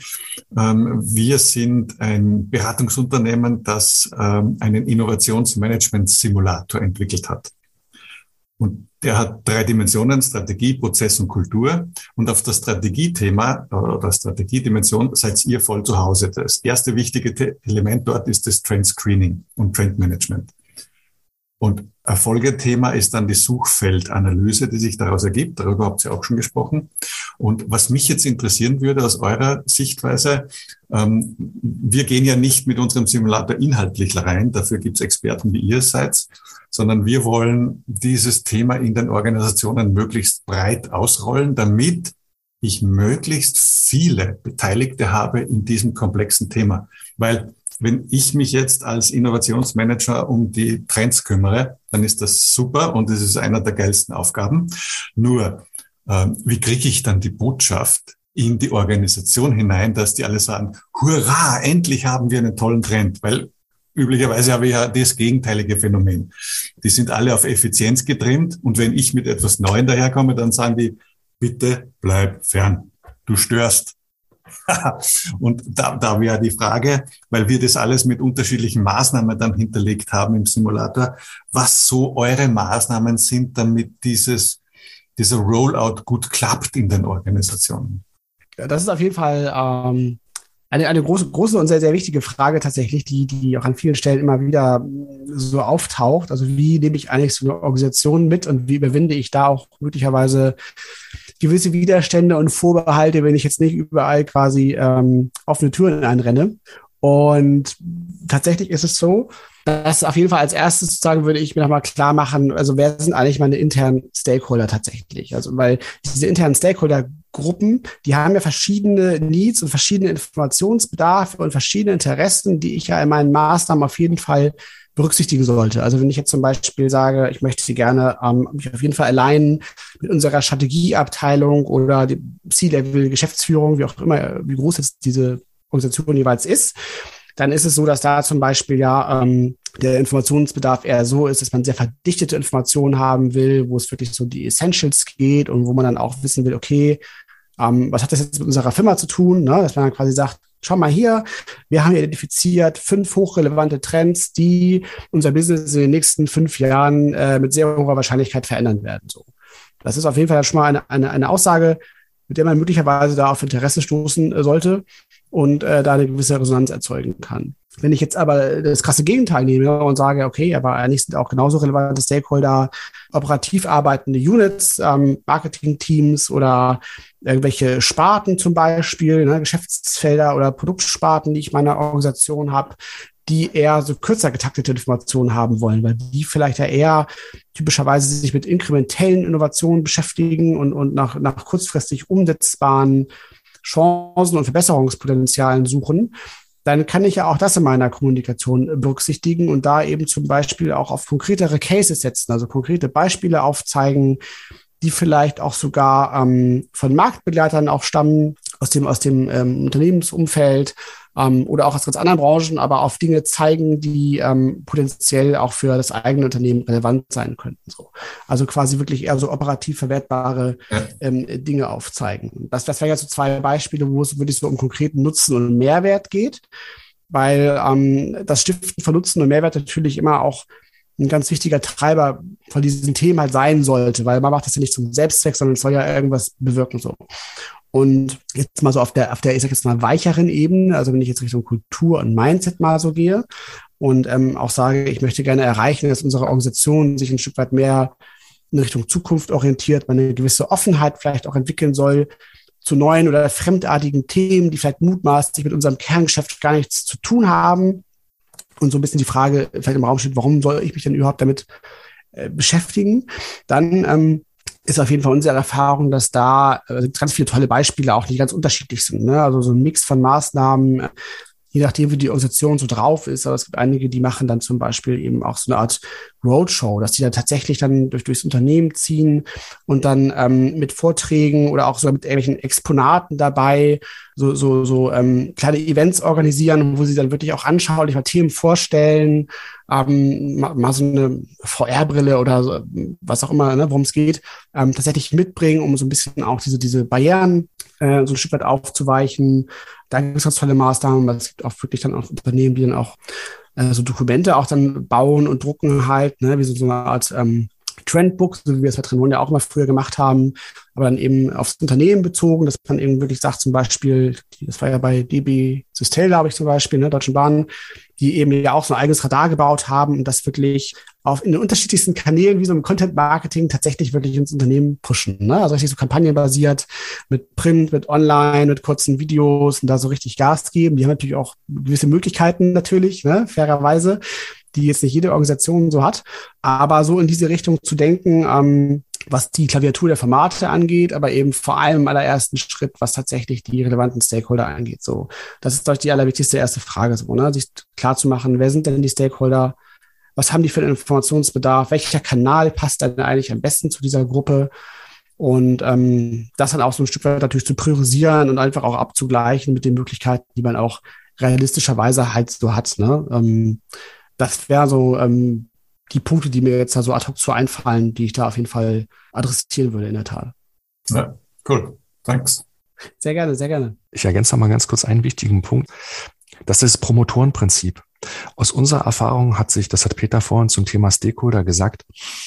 Speaker 7: Wir sind ein Beratungsunternehmen, das einen Innovationsmanagement-Simulator entwickelt hat. Und der hat 3 Dimensionen, Strategie, Prozess und Kultur. Und auf das Strategiethema oder Strategiedimension seid ihr voll zu Hause. Das erste wichtige Element dort ist das Trend Screening und Trend Management. Und ein Folgethema ist dann die Suchfeldanalyse, die sich daraus ergibt. Darüber habt ihr auch schon gesprochen. Und was mich jetzt interessieren würde aus eurer Sichtweise, wir gehen ja nicht mit unserem Simulator inhaltlich rein, dafür gibt es Experten, wie ihr seid, sondern wir wollen dieses Thema in den Organisationen möglichst breit ausrollen, damit ich möglichst viele Beteiligte habe in diesem komplexen Thema. Weil wenn ich mich jetzt als Innovationsmanager um die Trends kümmere, dann ist das super und es ist einer der geilsten Aufgaben. Nur, wie kriege ich dann die Botschaft in die Organisation hinein, dass die alle sagen, hurra, endlich haben wir einen tollen Trend, weil üblicherweise habe ich ja das gegenteilige Phänomen. Die sind alle auf Effizienz getrimmt und wenn ich mit etwas Neuem daherkomme, dann sagen die, bitte bleib fern, du störst. Und da wäre die Frage, weil wir das alles mit unterschiedlichen Maßnahmen dann hinterlegt haben im Simulator, was so eure Maßnahmen sind, damit dieser Rollout gut klappt in den Organisationen.
Speaker 3: Ja, das ist auf jeden Fall eine große und sehr, sehr wichtige Frage tatsächlich, die auch an vielen Stellen immer wieder so auftaucht. Also wie nehme ich eigentlich so eine Organisation mit und wie überwinde ich da auch möglicherweise gewisse Widerstände und Vorbehalte, wenn ich jetzt nicht überall quasi offene Türen einrenne. Und tatsächlich ist es so, dass auf jeden Fall als erstes sozusagen würde ich mir nochmal klar machen, also wer sind eigentlich meine internen Stakeholder tatsächlich? Also weil diese internen Stakeholder-Gruppen, die haben ja verschiedene Needs und verschiedene Informationsbedarfe und verschiedene Interessen, die ich ja in meinen Maßnahmen auf jeden Fall berücksichtigen sollte. Also wenn ich jetzt zum Beispiel sage, ich möchte sie gerne mich auf jeden Fall alignen mit unserer Strategieabteilung oder die C-Level-Geschäftsführung, wie auch immer, wie groß jetzt diese Organisation jeweils ist, dann ist es so, dass da zum Beispiel der Informationsbedarf eher so ist, dass man sehr verdichtete Informationen haben will, wo es wirklich so die Essentials geht und wo man dann auch wissen will, okay, was hat das jetzt mit unserer Firma zu tun? Ne? Dass man dann quasi sagt, schau mal hier, wir haben identifiziert 5 hochrelevante Trends, die unser Business in den nächsten 5 Jahren mit sehr hoher Wahrscheinlichkeit verändern werden. So. Das ist auf jeden Fall schon mal eine Aussage, mit der man möglicherweise da auf Interesse stoßen sollte und da eine gewisse Resonanz erzeugen kann. Wenn ich jetzt aber das krasse Gegenteil nehme und sage, okay, aber eigentlich sind auch genauso relevante Stakeholder, operativ arbeitende Units, Marketing-Teams oder irgendwelche Sparten zum Beispiel, ne, Geschäftsfelder oder Produktsparten, die ich in meiner Organisation habe, die eher so kürzer getaktete Informationen haben wollen, weil die vielleicht ja eher typischerweise sich mit inkrementellen Innovationen beschäftigen und nach kurzfristig umsetzbaren Chancen und Verbesserungspotenzialen suchen, dann kann ich ja auch das in meiner Kommunikation berücksichtigen und da eben zum Beispiel auch auf konkretere Cases setzen, also konkrete Beispiele aufzeigen, die vielleicht auch sogar von Marktbegleitern auch stammen, aus dem Unternehmensumfeld oder auch aus ganz anderen Branchen, aber auf Dinge zeigen, die potenziell auch für das eigene Unternehmen relevant sein könnten. So. Also quasi wirklich eher so operativ verwertbare Dinge aufzeigen. Das wären jetzt so 2 Beispiele, wo es wirklich so um konkreten Nutzen und Mehrwert geht, weil das Stiften von Nutzen und Mehrwert natürlich immer auch ein ganz wichtiger Treiber von diesen Themen halt sein sollte, weil man macht das ja nicht zum Selbstzweck, sondern es soll ja irgendwas bewirken so. Und jetzt mal so auf der, ich sag jetzt mal, weicheren Ebene, also wenn ich jetzt Richtung Kultur und Mindset mal so gehe und auch sage, ich möchte gerne erreichen, dass unsere Organisation sich ein Stück weit mehr in Richtung Zukunft orientiert, man eine gewisse Offenheit vielleicht auch entwickeln soll zu neuen oder fremdartigen Themen, die vielleicht mutmaßlich mit unserem Kerngeschäft gar nichts zu tun haben. Und so ein bisschen die Frage vielleicht im Raum steht, warum soll ich mich denn überhaupt damit beschäftigen? Dann ist auf jeden Fall unsere Erfahrung, dass da ganz viele tolle Beispiele auch, die ganz unterschiedlich sind. Ne? Also so ein Mix von Maßnahmen, je nachdem, wie die Organisation so drauf ist. Aber es gibt einige, die machen dann zum Beispiel eben auch so eine Art Roadshow, dass die dann tatsächlich dann durchs Unternehmen ziehen und dann mit Vorträgen oder auch so mit irgendwelchen Exponaten dabei so kleine Events organisieren, wo sie dann wirklich auch anschaulich mal Themen vorstellen, mal so eine VR-Brille oder so, was auch immer, ne, worum es geht, tatsächlich mitbringen, um so ein bisschen auch diese Barrieren so ein Stück weit aufzuweichen. Da gibt es ganz tolle Maßnahmen, weil es gibt auch wirklich dann auch Unternehmen, die dann auch so Dokumente auch dann bauen und drucken halt, ne, wie so eine Art Trendbook, so wie wir es bei Trend One ja auch mal früher gemacht haben, aber dann eben aufs Unternehmen bezogen, dass man eben wirklich sagt, zum Beispiel, das war ja bei DB Systel, glaube ich zum Beispiel, ne, Deutschen Bahn, die eben ja auch so ein eigenes Radar gebaut haben und das wirklich in den unterschiedlichsten Kanälen, wie so im Content-Marketing, tatsächlich wirklich ins Unternehmen pushen. Ne? Also richtig so kampagnenbasiert, mit Print, mit Online, mit kurzen Videos und da so richtig Gas geben. Die haben natürlich auch gewisse Möglichkeiten natürlich, ne, fairerweise, die jetzt nicht jede Organisation so hat. Aber so in diese Richtung zu denken, was die Klaviatur der Formate angeht, aber eben vor allem im allerersten Schritt, was tatsächlich die relevanten Stakeholder angeht. So, das ist doch die allerwichtigste erste Frage, so, ne? Sich klar zu machen, wer sind denn die Stakeholder? Was haben die für einen Informationsbedarf? Welcher Kanal passt dann eigentlich am besten zu dieser Gruppe? Und das dann auch so ein Stück weit natürlich zu priorisieren und einfach auch abzugleichen mit den Möglichkeiten, die man auch realistischerweise halt so hat. Ne? Das wäre so die Punkte, die mir jetzt da so ad hoc so einfallen, die ich da auf jeden Fall adressieren würde in der Tat.
Speaker 7: Ja, cool. Thanks.
Speaker 3: Sehr gerne, sehr gerne.
Speaker 2: Ich ergänze noch mal ganz kurz einen wichtigen Punkt. Das ist das Promotorenprinzip. Aus unserer Erfahrung hat sich, das hat Peter vorhin zum Thema Stakeholder gesagt,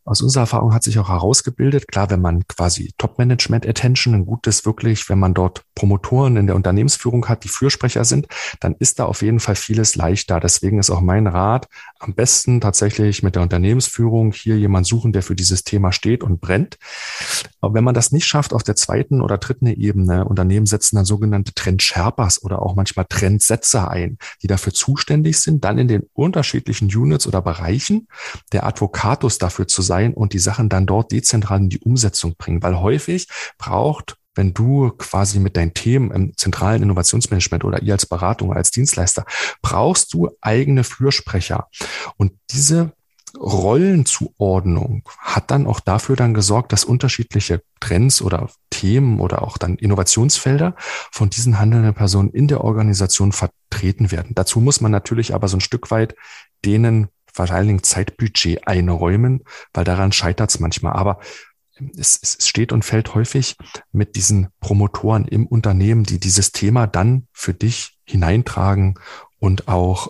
Speaker 2: aus unserer Erfahrung hat sich auch herausgebildet, klar, wenn man quasi Top-Management-Attention, ein gutes wirklich, wenn man dort Promotoren in der Unternehmensführung hat, die Fürsprecher sind, dann ist da auf jeden Fall vieles leichter. Deswegen ist auch mein Rat, am besten tatsächlich mit der Unternehmensführung hier jemand suchen, der für dieses Thema steht und brennt. Aber wenn man das nicht schafft, auf der zweiten oder dritten Ebene, Unternehmen setzen dann sogenannte Trend-Sherpas oder auch manchmal Trendsetzer ein, die dafür zuständig sind, dann in den unterschiedlichen Units oder Bereichen der Advocatus dafür zu sein und die Sachen dann dort dezentral in die Umsetzung bringen. Weil häufig braucht, wenn du quasi mit deinen Themen im zentralen Innovationsmanagement oder ihr als Beratung oder als Dienstleister, brauchst du eigene Fürsprecher. Und diese Rollenzuordnung hat dann auch dafür dann gesorgt, dass unterschiedliche Trends oder Themen oder auch dann Innovationsfelder von diesen handelnden Personen in der Organisation vertreten werden. Dazu muss man natürlich aber so ein Stück weit denen vor allen Dingen Zeitbudget einräumen, weil daran scheitert es manchmal. Aber es steht und fällt häufig mit diesen Promotoren im Unternehmen, die dieses Thema dann für dich hineintragen und auch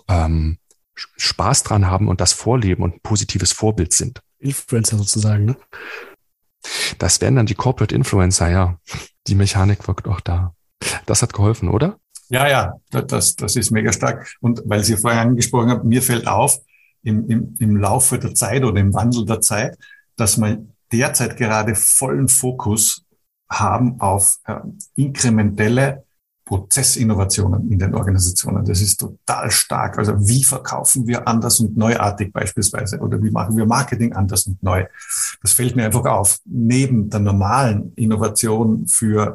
Speaker 2: Spaß dran haben und das vorleben und ein positives Vorbild sind.
Speaker 3: Influencer sozusagen, ne?
Speaker 2: Das wären dann die Corporate Influencer, ja. Die Mechanik wirkt auch da. Das hat geholfen, oder?
Speaker 7: Ja, das ist mega stark. Und weil Sie vorher angesprochen haben, mir fällt auf, im Laufe der Zeit oder im Wandel der Zeit, dass wir derzeit gerade vollen Fokus haben auf inkrementelle Prozessinnovationen in den Organisationen. Das ist total stark. Also wie verkaufen wir anders und neuartig beispielsweise oder wie machen wir Marketing anders und neu? Das fällt mir einfach auf. Neben der normalen Innovation für,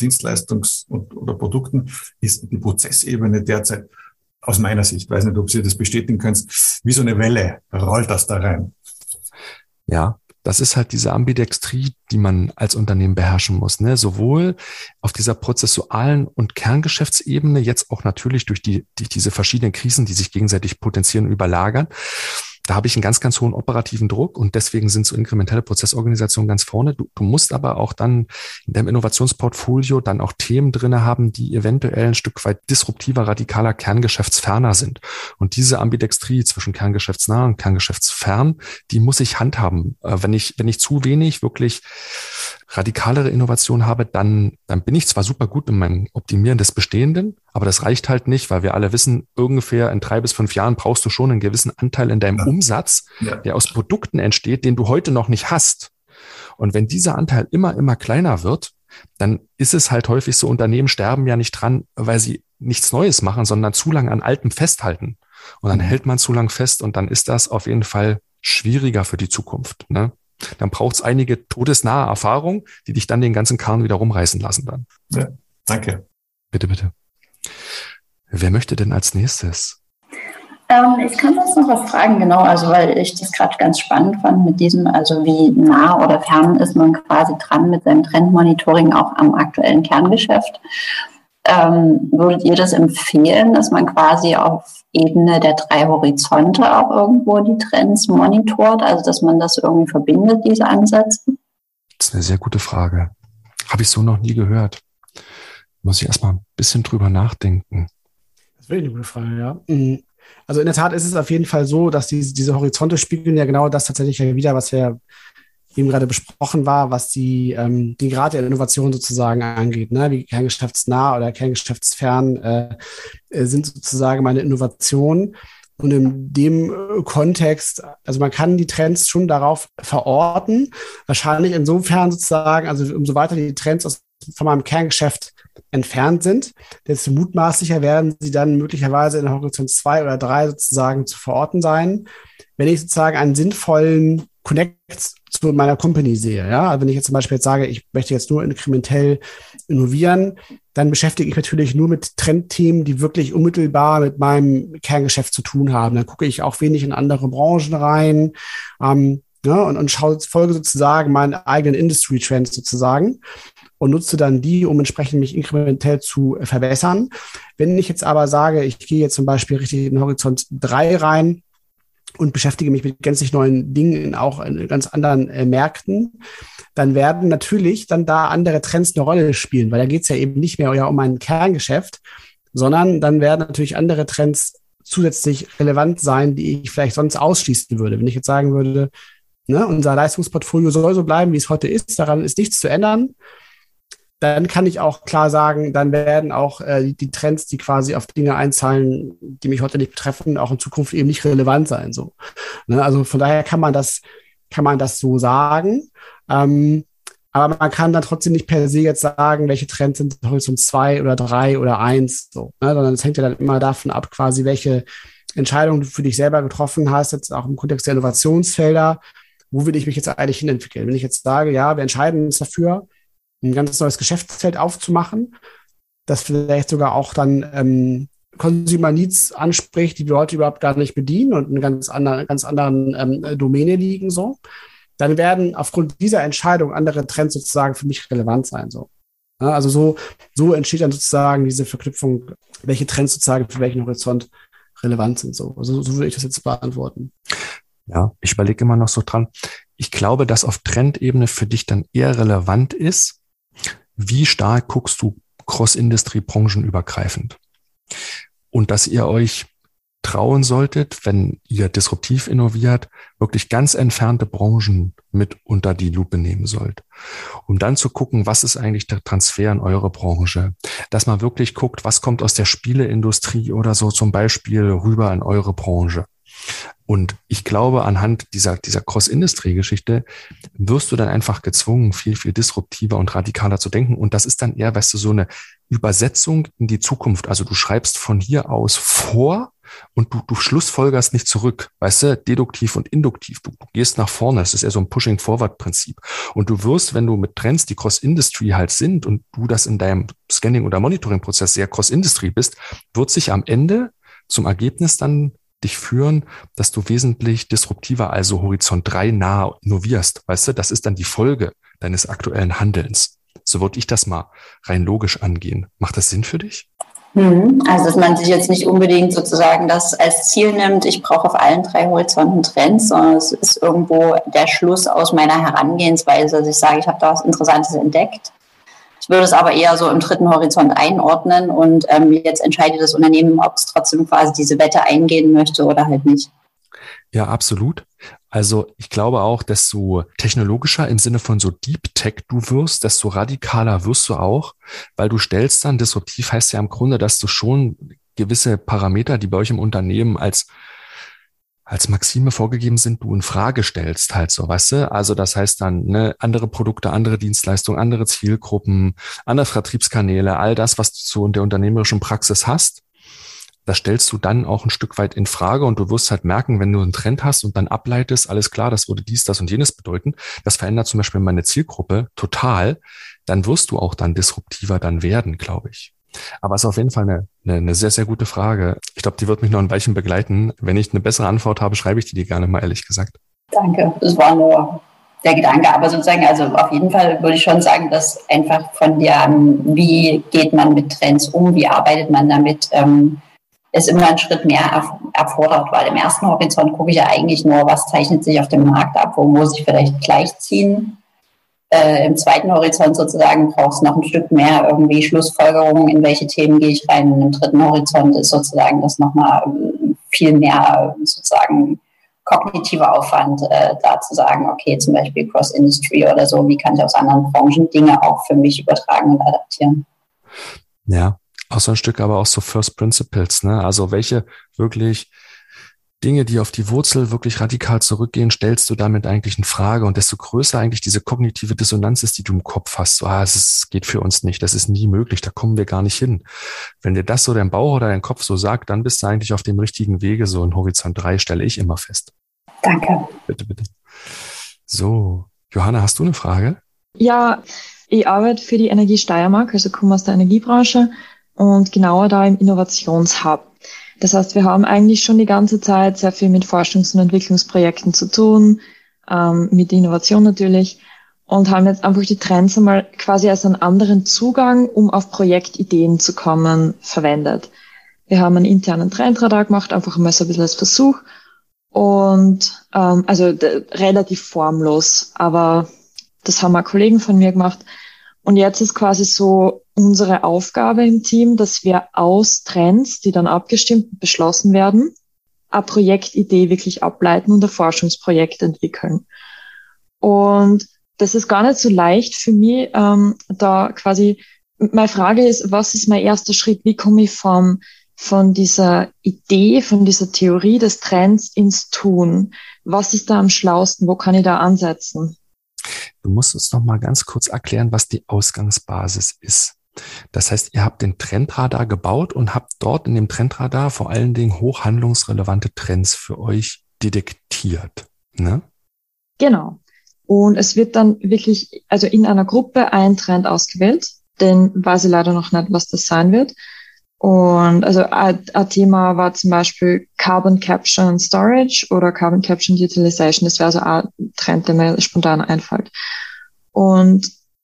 Speaker 7: oder Produkten ist die Prozessebene derzeit aus meiner Sicht, weiß nicht, ob Sie das bestätigen können, wie so eine Welle rollt das da rein.
Speaker 2: Ja. Das ist halt diese Ambidextrie, die man als Unternehmen beherrschen muss, ne? Sowohl auf dieser prozessualen und Kerngeschäftsebene, jetzt auch natürlich durch diese verschiedenen Krisen, die sich gegenseitig potenzieren und überlagern. Da habe ich einen ganz, ganz hohen operativen Druck und deswegen sind so inkrementelle Prozessorganisationen ganz vorne. Du musst aber auch dann in deinem Innovationsportfolio dann auch Themen drinne haben, die eventuell ein Stück weit disruptiver, radikaler, kerngeschäftsferner sind. Und diese Ambidextrie zwischen kerngeschäftsnah und kerngeschäftsfern, die muss ich handhaben. Wenn ich zu wenig wirklich radikalere Innovation habe, dann bin ich zwar super gut in meinem Optimieren des Bestehenden, aber das reicht halt nicht, weil wir alle wissen, ungefähr in 3 bis 5 Jahren brauchst du schon einen gewissen Anteil in deinem Umsatz, der aus Produkten entsteht, den du heute noch nicht hast. Und wenn dieser Anteil immer kleiner wird, dann ist es halt häufig so, Unternehmen sterben ja nicht dran, weil sie nichts Neues machen, sondern zu lange an Altem festhalten. Und dann hält man zu lang fest und dann ist das auf jeden Fall schwieriger für die Zukunft, ne? Dann braucht es einige todesnahe Erfahrungen, die dich dann den ganzen Kahn wieder rumreißen lassen dann.
Speaker 7: Ja, danke.
Speaker 2: Bitte. Wer möchte denn als nächstes?
Speaker 4: Ich kann das noch was fragen, genau, also weil ich das gerade ganz spannend fand mit diesem, also wie nah oder fern ist man quasi dran mit seinem Trendmonitoring auch am aktuellen Kerngeschäft. Würdet ihr das empfehlen, dass man quasi auf Ebene der 3 Horizonte auch irgendwo die Trends monitort, also dass man das irgendwie verbindet, diese Ansätze?
Speaker 2: Das ist eine sehr gute Frage. Habe ich so noch nie gehört. Muss ich erstmal ein bisschen drüber nachdenken.
Speaker 3: Das wäre eine gute Frage, ja. Also in der Tat ist es auf jeden Fall so, dass diese Horizonte spiegeln ja genau das tatsächlich wieder, was wir eben gerade besprochen war, was den Grad der Innovation sozusagen angeht, ne? Wie kerngeschäftsnah oder kerngeschäftsfern sind sozusagen meine Innovationen. Und in dem Kontext, also man kann die Trends schon darauf verorten, wahrscheinlich insofern sozusagen, also umso weiter die Trends von meinem Kerngeschäft entfernt sind, desto mutmaßlicher werden sie dann möglicherweise in Horizont 2 oder 3 sozusagen zu verorten sein, wenn ich sozusagen einen sinnvollen Connect zu meiner Company sehe. Ja? Also wenn ich jetzt zum Beispiel sage, ich möchte jetzt nur inkrementell innovieren, dann beschäftige ich natürlich nur mit Trendthemen, die wirklich unmittelbar mit meinem Kerngeschäft zu tun haben. Dann gucke ich auch wenig in andere Branchen rein und folge sozusagen meinen eigenen Industry-Trends sozusagen und nutze dann die, um entsprechend mich inkrementell zu verbessern. Wenn ich jetzt aber sage, ich gehe jetzt zum Beispiel richtig in Horizont 3 rein, und beschäftige mich mit gänzlich neuen Dingen, auch in ganz anderen Märkten, dann werden natürlich dann da andere Trends eine Rolle spielen, weil da geht es ja eben nicht mehr um ein Kerngeschäft, sondern dann werden natürlich andere Trends zusätzlich relevant sein, die ich vielleicht sonst ausschließen würde. Wenn ich jetzt sagen würde, ne, unser Leistungsportfolio soll so bleiben, wie es heute ist, daran ist nichts zu ändern, dann kann ich auch klar sagen, dann werden auch die Trends, die quasi auf Dinge einzahlen, die mich heute nicht betreffen, auch in Zukunft eben nicht relevant sein. So. Ne? Also von daher kann man das so sagen. Aber man kann dann trotzdem nicht per se jetzt sagen, welche Trends sind Horizont 2 oder 3 oder 1. So, ne? Sondern es hängt ja dann immer davon ab, quasi welche Entscheidung du für dich selber getroffen hast, jetzt auch im Kontext der Innovationsfelder. Wo will ich mich jetzt eigentlich hinentwickeln? Wenn ich jetzt sage, ja, wir entscheiden uns dafür, ein ganz neues Geschäftsfeld aufzumachen, das vielleicht sogar auch dann Consumer Needs anspricht, die wir heute überhaupt gar nicht bedienen und in ganz anderen Domäne liegen, so, dann werden aufgrund dieser Entscheidung andere Trends sozusagen für mich relevant sein. So. Ja, also so entsteht dann sozusagen diese Verknüpfung, welche Trends sozusagen für welchen Horizont relevant sind. So. Also so würde ich das jetzt beantworten.
Speaker 2: Ja, ich überlege immer noch so dran. Ich glaube, dass auf Trendebene für dich dann eher relevant ist, wie stark guckst du Cross-Industry branchenübergreifend? Und dass ihr euch trauen solltet, wenn ihr disruptiv innoviert, wirklich ganz entfernte Branchen mit unter die Lupe nehmen sollt. Um dann zu gucken, was ist eigentlich der Transfer in eure Branche? Dass man wirklich guckt, was kommt aus der Spieleindustrie oder so zum Beispiel rüber in eure Branche. Und ich glaube, anhand dieser Cross-Industry-Geschichte wirst du dann einfach gezwungen, viel, viel disruptiver und radikaler zu denken. Und das ist dann eher, weißt du, so eine Übersetzung in die Zukunft. Also du schreibst von hier aus vor und du schlussfolgerst nicht zurück, weißt du, deduktiv und induktiv. Du gehst nach vorne. Das ist eher so ein Pushing-Forward-Prinzip. Und du wirst, wenn du mit Trends, die Cross-Industry halt sind und du das in deinem Scanning- oder Monitoring-Prozess sehr Cross-Industry bist, wird sich am Ende zum Ergebnis dann dich führen, dass du wesentlich disruptiver, also Horizont 3 nah innovierst. Weißt du, das ist dann die Folge deines aktuellen Handelns. So würde ich das mal rein logisch angehen. Macht das Sinn für dich?
Speaker 4: Also, dass man sich jetzt nicht unbedingt sozusagen das als Ziel nimmt, ich brauche auf allen 3 Horizonten Trends, sondern es ist irgendwo der Schluss aus meiner Herangehensweise, dass ich sage, ich habe da was Interessantes entdeckt. Ich würde es aber eher so im 3. Horizont einordnen und jetzt entscheidet das Unternehmen, ob es trotzdem quasi diese Wette eingehen möchte oder halt nicht.
Speaker 2: Ja, absolut. Also ich glaube auch, desto technologischer im Sinne von so Deep Tech du wirst, desto radikaler wirst du auch, weil du stellst dann, disruptiv heißt ja im Grunde, dass du schon gewisse Parameter, die bei euch im Unternehmen als Maxime vorgegeben sind, du in Frage stellst halt so, weißt du? Also das heißt dann, ne, andere Produkte, andere Dienstleistungen, andere Zielgruppen, andere Vertriebskanäle, all das, was du so in der unternehmerischen Praxis hast, das stellst du dann auch ein Stück weit in Frage und du wirst halt merken, wenn du einen Trend hast und dann ableitest, alles klar, das würde dies, das und jenes bedeuten, das verändert zum Beispiel meine Zielgruppe total, dann wirst du auch dann disruptiver dann werden, glaube ich. Aber es ist auf jeden Fall eine sehr, sehr gute Frage. Ich glaube, die wird mich noch ein Weilchen begleiten. Wenn ich eine bessere Antwort habe, schreibe ich die dir gerne mal, ehrlich gesagt.
Speaker 4: Danke, das war nur der Gedanke. Aber sozusagen, also auf jeden Fall würde ich schon sagen, dass einfach von der, wie geht man mit Trends um, wie arbeitet man damit, es immer einen Schritt mehr erfordert. Weil im ersten Horizont gucke ich ja eigentlich nur, was zeichnet sich auf dem Markt ab, wo muss ich vielleicht gleichziehen. Im 2. Horizont sozusagen braucht es noch ein Stück mehr irgendwie Schlussfolgerungen, in welche Themen gehe ich rein. Und im 3. Horizont ist sozusagen das nochmal viel mehr sozusagen kognitiver Aufwand, da zu sagen, okay, zum Beispiel Cross-Industry oder so, wie kann ich aus anderen Branchen Dinge auch für mich übertragen und adaptieren.
Speaker 2: Ja, auch so ein Stück aber auch so First Principles, ne? Also welche wirklich Dinge, die auf die Wurzel wirklich radikal zurückgehen, stellst du damit eigentlich in Frage. Und desto größer eigentlich diese kognitive Dissonanz ist, die du im Kopf hast. So, es geht für uns nicht, das ist nie möglich, da kommen wir gar nicht hin. Wenn dir das so dein Bauch oder dein Kopf so sagt, dann bist du eigentlich auf dem richtigen Wege. So in Horizont 3 stelle ich immer fest.
Speaker 4: Danke.
Speaker 2: Bitte, bitte. So, Johanna, hast du eine Frage?
Speaker 8: Ja, ich arbeite für die Energie Steiermark, also komme aus der Energiebranche und genauer da im Innovationshub. Das heißt, wir haben eigentlich schon die ganze Zeit sehr viel mit Forschungs- und Entwicklungsprojekten zu tun, mit Innovation natürlich, und haben jetzt einfach die Trends einmal quasi als einen anderen Zugang, um auf Projektideen zu kommen, verwendet. Wir haben einen internen Trendradar gemacht, einfach mal so ein bisschen als Versuch und relativ formlos, aber das haben auch Kollegen von mir gemacht. Und jetzt ist quasi so unsere Aufgabe im Team, dass wir aus Trends, die dann abgestimmt und beschlossen werden, eine Projektidee wirklich ableiten und ein Forschungsprojekt entwickeln. Und das ist gar nicht so leicht für mich, da quasi, meine Frage ist, was ist mein erster Schritt? Wie komme ich von dieser Idee, von dieser Theorie des Trends ins Tun? Was ist da am schlausten? Wo kann ich da ansetzen?
Speaker 2: Du musst uns noch mal ganz kurz erklären, was die Ausgangsbasis ist. Das heißt, ihr habt den Trendradar gebaut und habt dort in dem Trendradar vor allen Dingen hochhandlungsrelevante Trends für euch detektiert, ne?
Speaker 8: Genau. Und es wird dann wirklich, also in einer Gruppe ein Trend ausgewählt, denn weiß ich leider noch nicht, was das sein wird. Und also ein Thema war zum Beispiel Carbon Capture and Storage oder Carbon Capture and Utilization. Das wäre so ein Trend, der mir spontan einfällt. Und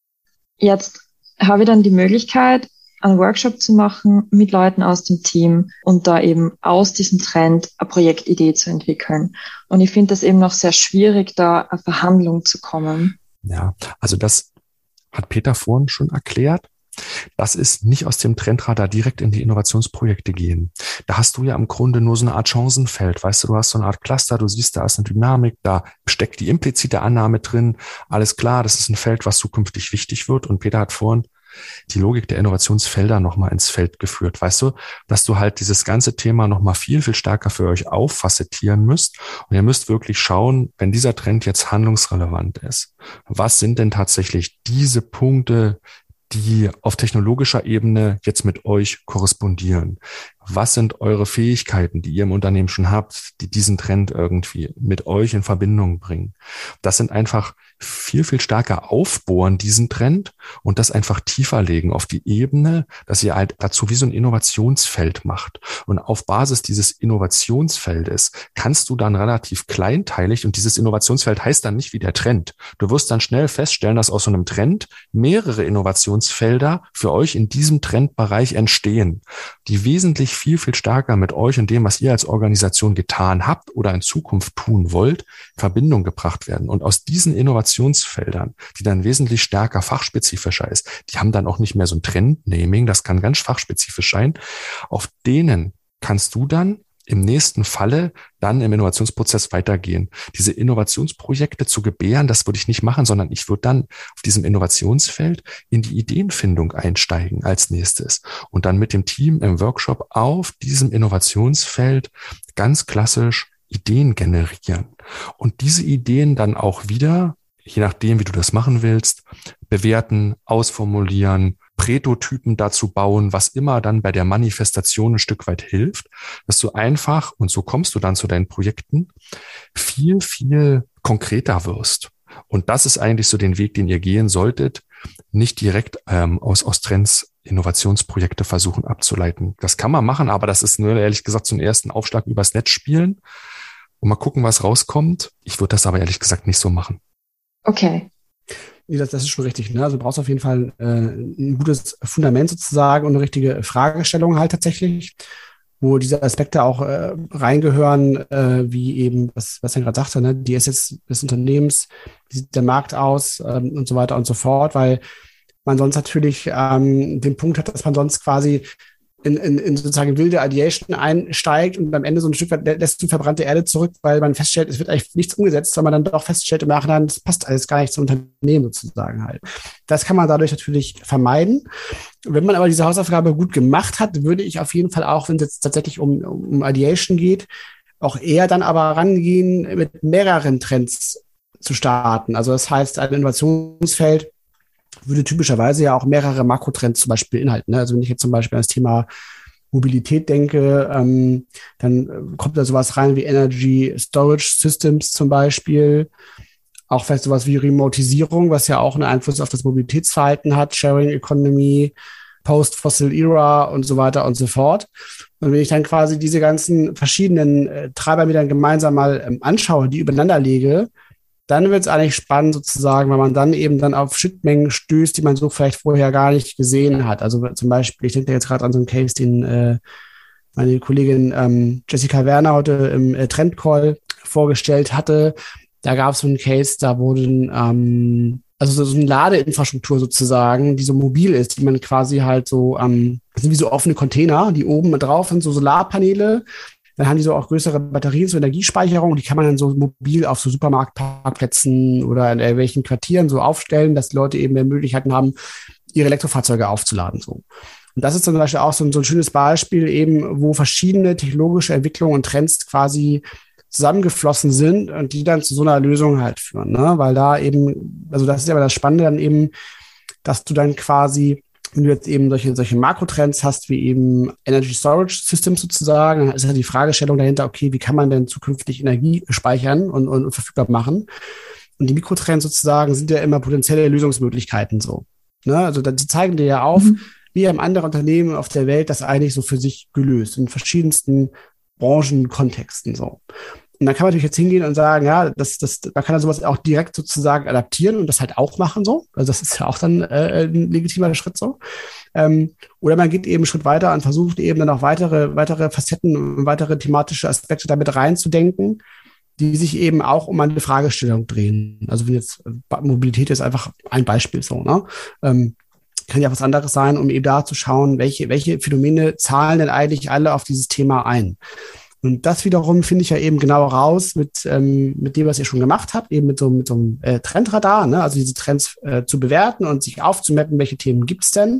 Speaker 8: jetzt habe ich dann die Möglichkeit, einen Workshop zu machen mit Leuten aus dem Team und da eben aus diesem Trend eine Projektidee zu entwickeln. Und ich finde das eben noch sehr schwierig, da eine Verhandlung zu kommen.
Speaker 2: Ja, also das hat Peter vorhin schon erklärt. Das ist nicht aus dem Trendradar direkt in die Innovationsprojekte gehen. Da hast du ja im Grunde nur so eine Art Chancenfeld. Weißt du hast so eine Art Cluster, du siehst, da ist eine Dynamik, da steckt die implizite Annahme drin. Alles klar, das ist ein Feld, was zukünftig wichtig wird. Und Peter hat vorhin die Logik der Innovationsfelder nochmal ins Feld geführt. Weißt du, dass du halt dieses ganze Thema nochmal viel, viel stärker für euch auffacettieren müsst. Und ihr müsst wirklich schauen, wenn dieser Trend jetzt handlungsrelevant ist, was sind denn tatsächlich diese Punkte, die auf technologischer Ebene jetzt mit euch korrespondieren? Was sind eure Fähigkeiten, die ihr im Unternehmen schon habt, die diesen Trend irgendwie mit euch in Verbindung bringen? Das sind einfach viel, viel stärker aufbohren, diesen Trend, und das einfach tiefer legen auf die Ebene, dass ihr halt dazu wie so ein Innovationsfeld macht. Und auf Basis dieses Innovationsfeldes kannst du dann relativ kleinteilig, und dieses Innovationsfeld heißt dann nicht wie der Trend. Du wirst dann schnell feststellen, dass aus so einem Trend mehrere Innovationsfelder für euch in diesem Trendbereich entstehen, die wesentlich viel, viel stärker mit euch und dem, was ihr als Organisation getan habt oder in Zukunft tun wollt, in Verbindung gebracht werden. Und aus diesen Innovationsfeldern, die dann wesentlich stärker fachspezifischer ist, die haben dann auch nicht mehr so ein Trendnaming, das kann ganz fachspezifisch sein. Auf denen kannst du dann im nächsten Falle dann im Innovationsprozess weitergehen. Diese Innovationsprojekte zu gebären, das würde ich nicht machen, sondern ich würde dann auf diesem Innovationsfeld in die Ideenfindung einsteigen als nächstes und dann mit dem Team im Workshop auf diesem Innovationsfeld ganz klassisch Ideen generieren und diese Ideen dann auch wieder, je nachdem, wie du das machen willst, bewerten, ausformulieren, Prototypen dazu bauen, was immer dann bei der Manifestation ein Stück weit hilft, dass du einfach, und so kommst du dann zu deinen Projekten, viel, viel konkreter wirst. Und das ist eigentlich so den Weg, den ihr gehen solltet, nicht direkt aus Trends Innovationsprojekte versuchen abzuleiten. Das kann man machen, aber das ist nur ehrlich gesagt so einen ersten Aufschlag übers Netz spielen und mal gucken, was rauskommt. Ich würde das aber ehrlich gesagt nicht so machen.
Speaker 8: Okay.
Speaker 3: Das ist schon richtig, ne? Also du brauchst auf jeden Fall ein gutes Fundament sozusagen und eine richtige Fragestellung halt tatsächlich, wo diese Aspekte auch reingehören, wie eben, was er gerade sagte, ne? Die Assets des Unternehmens, wie sieht der Markt aus und so weiter und so fort, weil man sonst natürlich den Punkt hat, dass man sonst quasi in sozusagen wilde Ideation einsteigt und am Ende so ein Stück weit lässt du verbrannte Erde zurück, weil man feststellt, es wird eigentlich nichts umgesetzt, weil man dann doch feststellt im Nachhinein, das passt alles gar nicht zum Unternehmen sozusagen halt. Das kann man dadurch natürlich vermeiden. Wenn man aber diese Hausaufgabe gut gemacht hat, würde ich auf jeden Fall auch, wenn es jetzt tatsächlich um Ideation geht, auch eher dann aber rangehen, mit mehreren Trends zu starten. Also das heißt, ein Innovationsfeld würde typischerweise ja auch mehrere Makrotrends zum Beispiel beinhalten. Ne? Also wenn ich jetzt zum Beispiel an das Thema Mobilität denke, dann kommt da sowas rein wie Energy Storage Systems zum Beispiel. Auch vielleicht sowas wie Remotisierung, was ja auch einen Einfluss auf das Mobilitätsverhalten hat, Sharing Economy, Post-Fossil Era und so weiter und so fort. Und wenn ich dann quasi diese ganzen verschiedenen Treiber mir dann gemeinsam mal anschaue, die übereinander lege, dann wird es eigentlich spannend sozusagen, weil man dann eben dann auf Schnittmengen stößt, die man so vielleicht vorher gar nicht gesehen hat. Also zum Beispiel, ich denke jetzt gerade an so einen Case, den meine Kollegin Jessica Werner heute im Trendcall vorgestellt hatte. Da gab es so einen Case, da wurden also so eine Ladeinfrastruktur sozusagen, die so mobil ist, die man quasi halt so, das sind wie so offene Container, die oben drauf sind, so Solarpaneele, Dann haben die so auch größere Batterien zur Energiespeicherung. Die kann man dann so mobil auf so Supermarktparkplätzen oder in irgendwelchen Quartieren so aufstellen, dass die Leute eben mehr Möglichkeiten haben, ihre Elektrofahrzeuge aufzuladen. So. Und das ist zum Beispiel auch so ein schönes Beispiel eben, wo verschiedene technologische Entwicklungen und Trends quasi zusammengeflossen sind und die dann zu so einer Lösung halt führen, ne? Weil da eben, also das ist ja aber das Spannende dann eben, dass du dann quasi, wenn du jetzt eben solche Makrotrends hast, wie eben Energy Storage Systems sozusagen, dann ist ja die Fragestellung dahinter, okay, wie kann man denn zukünftig Energie speichern und verfügbar machen? Und die Mikrotrends sozusagen sind ja immer potenzielle Lösungsmöglichkeiten so. Ne? Also die zeigen dir ja auf, wie haben andere Unternehmen auf der Welt das eigentlich so für sich gelöst, in verschiedensten Branchenkontexten so. Und dann kann man natürlich jetzt hingehen und sagen, ja, man kann dann sowas auch direkt sozusagen adaptieren und das halt auch machen so. Also das ist ja auch dann ein legitimer Schritt so. Oder man geht eben einen Schritt weiter und versucht eben dann auch weitere Facetten und weitere thematische Aspekte damit reinzudenken, die sich eben auch um eine Fragestellung drehen. Also wenn jetzt Mobilität ist einfach ein Beispiel so, ne? Kann ja was anderes sein, um eben da zu schauen, welche Phänomene zahlen denn eigentlich alle auf dieses Thema ein. Und das wiederum finde ich ja eben genau raus mit dem, was ihr schon gemacht habt, eben mit so einem Trendradar, ne? Also diese Trends zu bewerten und sich aufzumappen, welche Themen gibt's denn.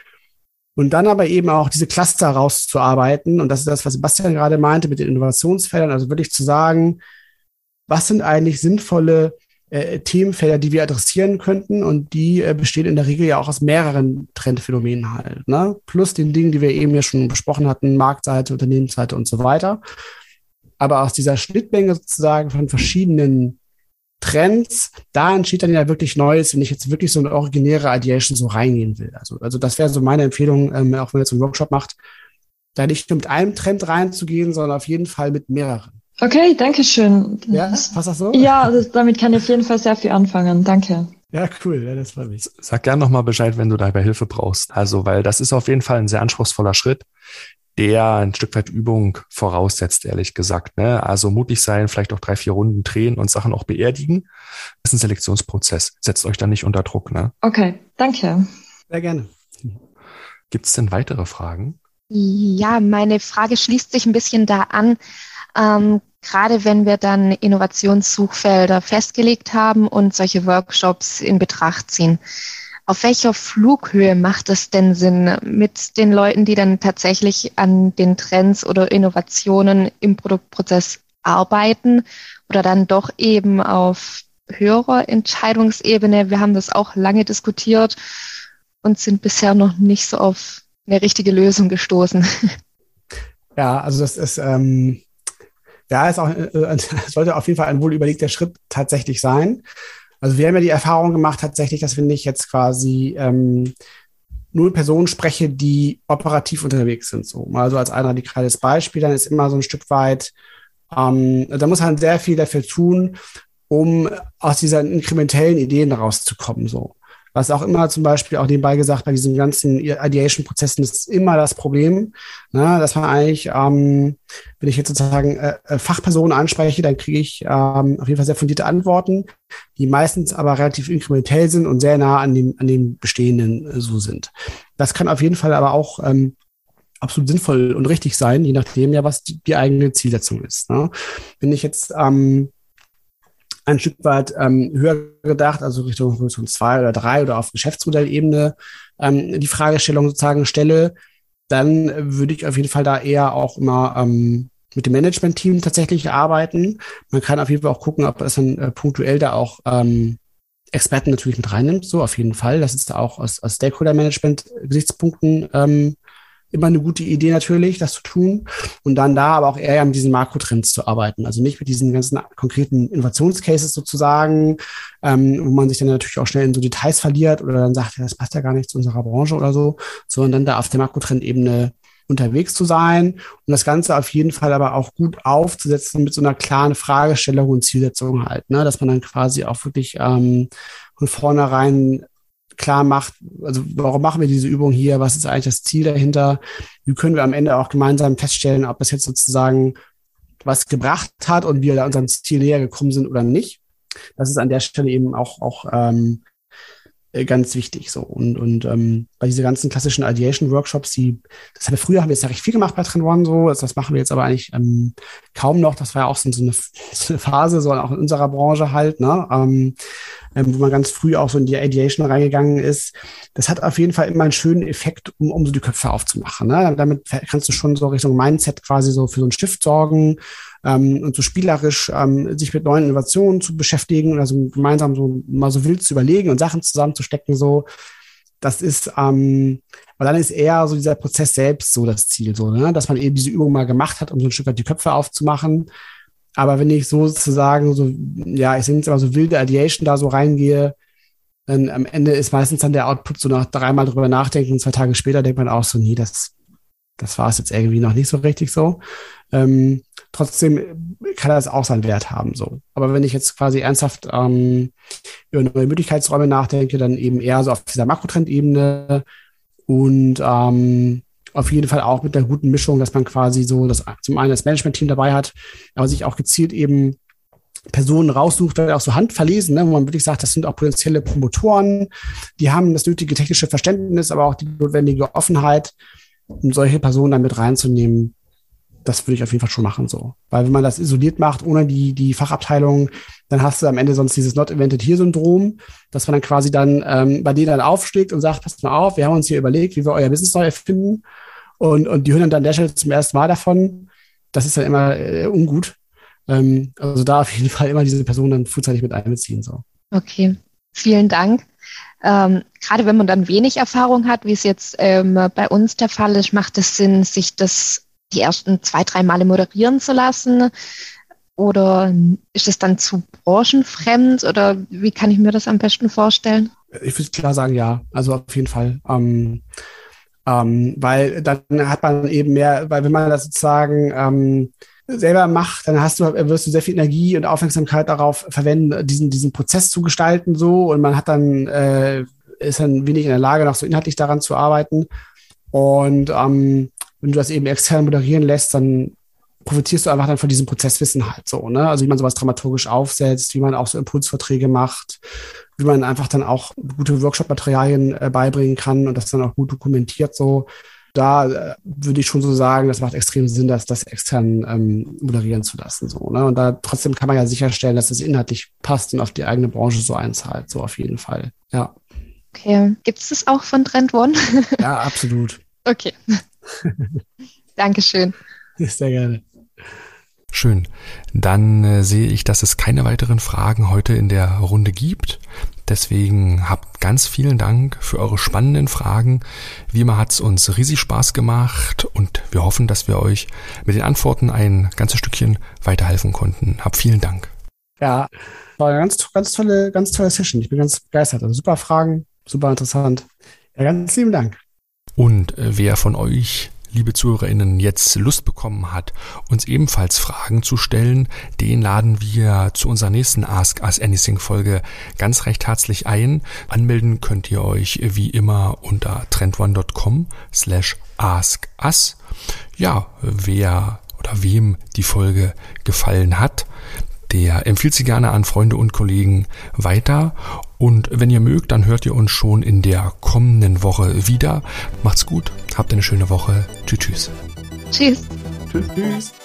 Speaker 3: Und dann aber eben auch diese Cluster rauszuarbeiten. Und das ist das, was Sebastian gerade meinte mit den Innovationsfeldern. Also wirklich zu sagen, was sind eigentlich sinnvolle Themenfelder, die wir adressieren könnten, und die bestehen in der Regel ja auch aus mehreren Trendphänomenen halt, ne? Plus den Dingen, die wir eben ja schon besprochen hatten, Marktseite, Unternehmensseite und so weiter. Aber aus dieser Schnittmenge sozusagen von verschiedenen Trends, da entsteht dann ja wirklich Neues, wenn ich jetzt wirklich so eine originäre Ideation so reingehen will. Also das wäre so meine Empfehlung, auch wenn man jetzt einen Workshop macht, da nicht nur mit einem Trend reinzugehen, sondern auf jeden Fall mit mehreren.
Speaker 8: Okay, danke schön.
Speaker 3: Ja, passt das so?
Speaker 8: Ja, damit kann ich auf jeden Fall sehr viel anfangen. Danke.
Speaker 3: Ja, cool. Ja, das freut mich.
Speaker 2: Sag gern nochmal Bescheid, wenn du dabei Hilfe brauchst. Also, weil das ist auf jeden Fall ein sehr anspruchsvoller Schritt, der ein Stück weit Übung voraussetzt, ehrlich gesagt, ne? Also mutig sein, vielleicht auch 3-4 Runden drehen und Sachen auch beerdigen. Das ist ein Selektionsprozess. Setzt euch da nicht unter Druck, ne?
Speaker 8: Okay, danke.
Speaker 3: Sehr gerne.
Speaker 2: Gibt es denn weitere Fragen?
Speaker 5: Ja, meine Frage schließt sich ein bisschen da an. Gerade wenn wir dann Innovationssuchfelder festgelegt haben und solche Workshops in Betracht ziehen. Auf welcher Flughöhe macht es denn Sinn mit den Leuten, die dann tatsächlich an den Trends oder Innovationen im Produktprozess arbeiten, oder dann doch eben auf höherer Entscheidungsebene? Wir haben das auch lange diskutiert und sind bisher noch nicht so auf eine richtige Lösung gestoßen.
Speaker 3: Ja, also das ist ist auch sollte auf jeden Fall ein wohl überlegter Schritt tatsächlich sein. Also wir haben ja die Erfahrung gemacht tatsächlich, dass wenn ich jetzt quasi nur Personen spreche, die operativ unterwegs sind. So, also als ein radikales Beispiel, dann ist immer so ein Stück weit, da muss man sehr viel dafür tun, um aus diesen inkrementellen Ideen rauszukommen. So. Was auch immer zum Beispiel auch nebenbei gesagt, bei diesen ganzen Ideation-Prozessen ist immer das Problem, ne, dass man eigentlich, wenn ich jetzt sozusagen Fachpersonen anspreche, dann kriege ich auf jeden Fall sehr fundierte Antworten, die meistens aber relativ inkrementell sind und sehr nah an dem Bestehenden so sind. Das kann auf jeden Fall aber auch absolut sinnvoll und richtig sein, je nachdem ja, was die eigene Zielsetzung ist. Ne? Wenn ich jetzt ein Stück weit höher gedacht, also Richtung 2 oder 3 oder auf Geschäftsmodellebene die Fragestellung sozusagen stelle, dann würde ich auf jeden Fall da eher auch immer mit dem Management-Team tatsächlich arbeiten. Man kann auf jeden Fall auch gucken, ob es dann punktuell da auch Experten natürlich mit reinnimmt, so auf jeden Fall. Das ist da auch aus Stakeholder-Management-Gesichtspunkten immer eine gute Idee natürlich, das zu tun, und dann da aber auch eher mit diesen Makrotrends zu arbeiten. Also nicht mit diesen ganzen konkreten Innovationscases sozusagen, wo man sich dann natürlich auch schnell in so Details verliert oder dann sagt, ja, das passt ja gar nicht zu unserer Branche oder so, sondern dann da auf der Makrotrendebene unterwegs zu sein und das Ganze auf jeden Fall aber auch gut aufzusetzen mit so einer klaren Fragestellung und Zielsetzung halt, ne, dass man dann quasi auch wirklich von vornherein klar macht, also warum machen wir diese Übung hier, was ist eigentlich das Ziel dahinter, wie können wir am Ende auch gemeinsam feststellen, ob es jetzt sozusagen was gebracht hat und wir da unserem Ziel näher gekommen sind oder nicht. Das ist an der Stelle eben auch ganz wichtig so. Und bei diese ganzen klassischen Ideation-Workshops, das haben wir jetzt ja recht viel gemacht bei Trend One so, das machen wir jetzt aber eigentlich kaum noch. Das war ja auch so eine Phase, so auch in unserer Branche halt, ne? Wo man ganz früh auch so in die Ideation reingegangen ist. Das hat auf jeden Fall immer einen schönen Effekt, um so die Köpfe aufzumachen. Ne? Damit kannst du schon so Richtung Mindset quasi so für so einen Shift sorgen, und so spielerisch sich mit neuen Innovationen zu beschäftigen oder so gemeinsam so mal so wild zu überlegen und Sachen zusammenzustecken. So, das ist, weil dann ist eher so dieser Prozess selbst so das Ziel, so, ne? Dass man eben diese Übung mal gemacht hat, um so ein Stück weit die Köpfe aufzumachen. Aber wenn ich sozusagen so, ja, ich sage jetzt aber so wilde Ideation da so reingehe, dann am Ende ist meistens dann der Output so nach 3-mal drüber nachdenken, 2 Tage später denkt man auch so, nee, das war es jetzt irgendwie noch nicht so richtig so. Trotzdem kann das auch seinen Wert haben, so. Aber wenn ich jetzt quasi ernsthaft über neue Möglichkeitsräume nachdenke, dann eben eher so auf dieser Makrotrendebene und auf jeden Fall auch mit einer guten Mischung, dass man quasi so zum einen das Management-Team dabei hat, aber sich auch gezielt eben Personen raussucht, auch so handverlesen, ne, wo man wirklich sagt, das sind auch potenzielle Promotoren, die haben das nötige technische Verständnis, aber auch die notwendige Offenheit, um solche Personen dann mit reinzunehmen. Das würde ich auf jeden Fall schon machen, so. Weil wenn man das isoliert macht, ohne die Fachabteilung, dann hast du am Ende sonst dieses Not-Invented-Here-Syndrom, dass man dann quasi dann bei denen dann aufschlägt und sagt, passt mal auf, wir haben uns hier überlegt, wie wir euer Business neu erfinden. Und die hören dann an der Stelle zum ersten Mal davon. Das ist dann immer ungut. Also da auf jeden Fall immer diese Person dann frühzeitig mit einbeziehen, so.
Speaker 5: Okay, vielen Dank. Gerade wenn man dann wenig Erfahrung hat, wie es jetzt bei uns der Fall ist, macht es Sinn, sich die ersten 2-3 Male moderieren zu lassen? Oder ist es dann zu branchenfremd? Oder wie kann ich mir das am besten vorstellen?
Speaker 3: Ich würde klar sagen, ja. Also auf jeden Fall. Weil dann hat man eben mehr, weil wenn man das sozusagen selber macht, dann wirst du sehr viel Energie und Aufmerksamkeit darauf verwenden, diesen Prozess zu gestalten so, und man hat dann ist dann wenig in der Lage, noch so inhaltlich daran zu arbeiten. Und wenn du das eben extern moderieren lässt, dann profitierst du einfach dann von diesem Prozesswissen halt so, ne? Also wie man sowas dramaturgisch aufsetzt, wie man auch so Impulsverträge macht, wie man einfach dann auch gute Workshop-Materialien beibringen kann und das dann auch gut dokumentiert so. Da würde ich schon so sagen, das macht extrem Sinn, das extern moderieren zu lassen. So, ne? Und da trotzdem kann man ja sicherstellen, dass es inhaltlich passt und auf die eigene Branche so einzahlt, so auf jeden Fall. Ja.
Speaker 5: Okay. Gibt es das auch von Trend One?
Speaker 3: Ja, absolut.
Speaker 5: Okay. Dankeschön.
Speaker 3: Sehr gerne.
Speaker 2: Schön. Dann sehe ich, dass es keine weiteren Fragen heute in der Runde gibt. Deswegen habt ganz vielen Dank für eure spannenden Fragen. Wie immer hat es uns riesig Spaß gemacht und wir hoffen, dass wir euch mit den Antworten ein ganzes Stückchen weiterhelfen konnten. Habt vielen Dank.
Speaker 3: Ja, war eine ganz tolle Session. Ich bin ganz begeistert. Also super Fragen, super interessant. Ja, ganz lieben Dank.
Speaker 2: Und wer von euch, liebe ZuhörerInnen, jetzt Lust bekommen hat, uns ebenfalls Fragen zu stellen, den laden wir zu unserer nächsten Ask Us Anything Folge ganz recht herzlich ein. Anmelden könnt ihr euch wie immer unter trendone.com/askus. Ja, wer oder wem die Folge gefallen hat, der empfiehlt sie gerne an Freunde und Kollegen weiter. Und wenn ihr mögt, dann hört ihr uns schon in der kommenden Woche wieder. Macht's gut, habt eine schöne Woche. Tschüss.
Speaker 5: Tschüss.
Speaker 3: Tschüss.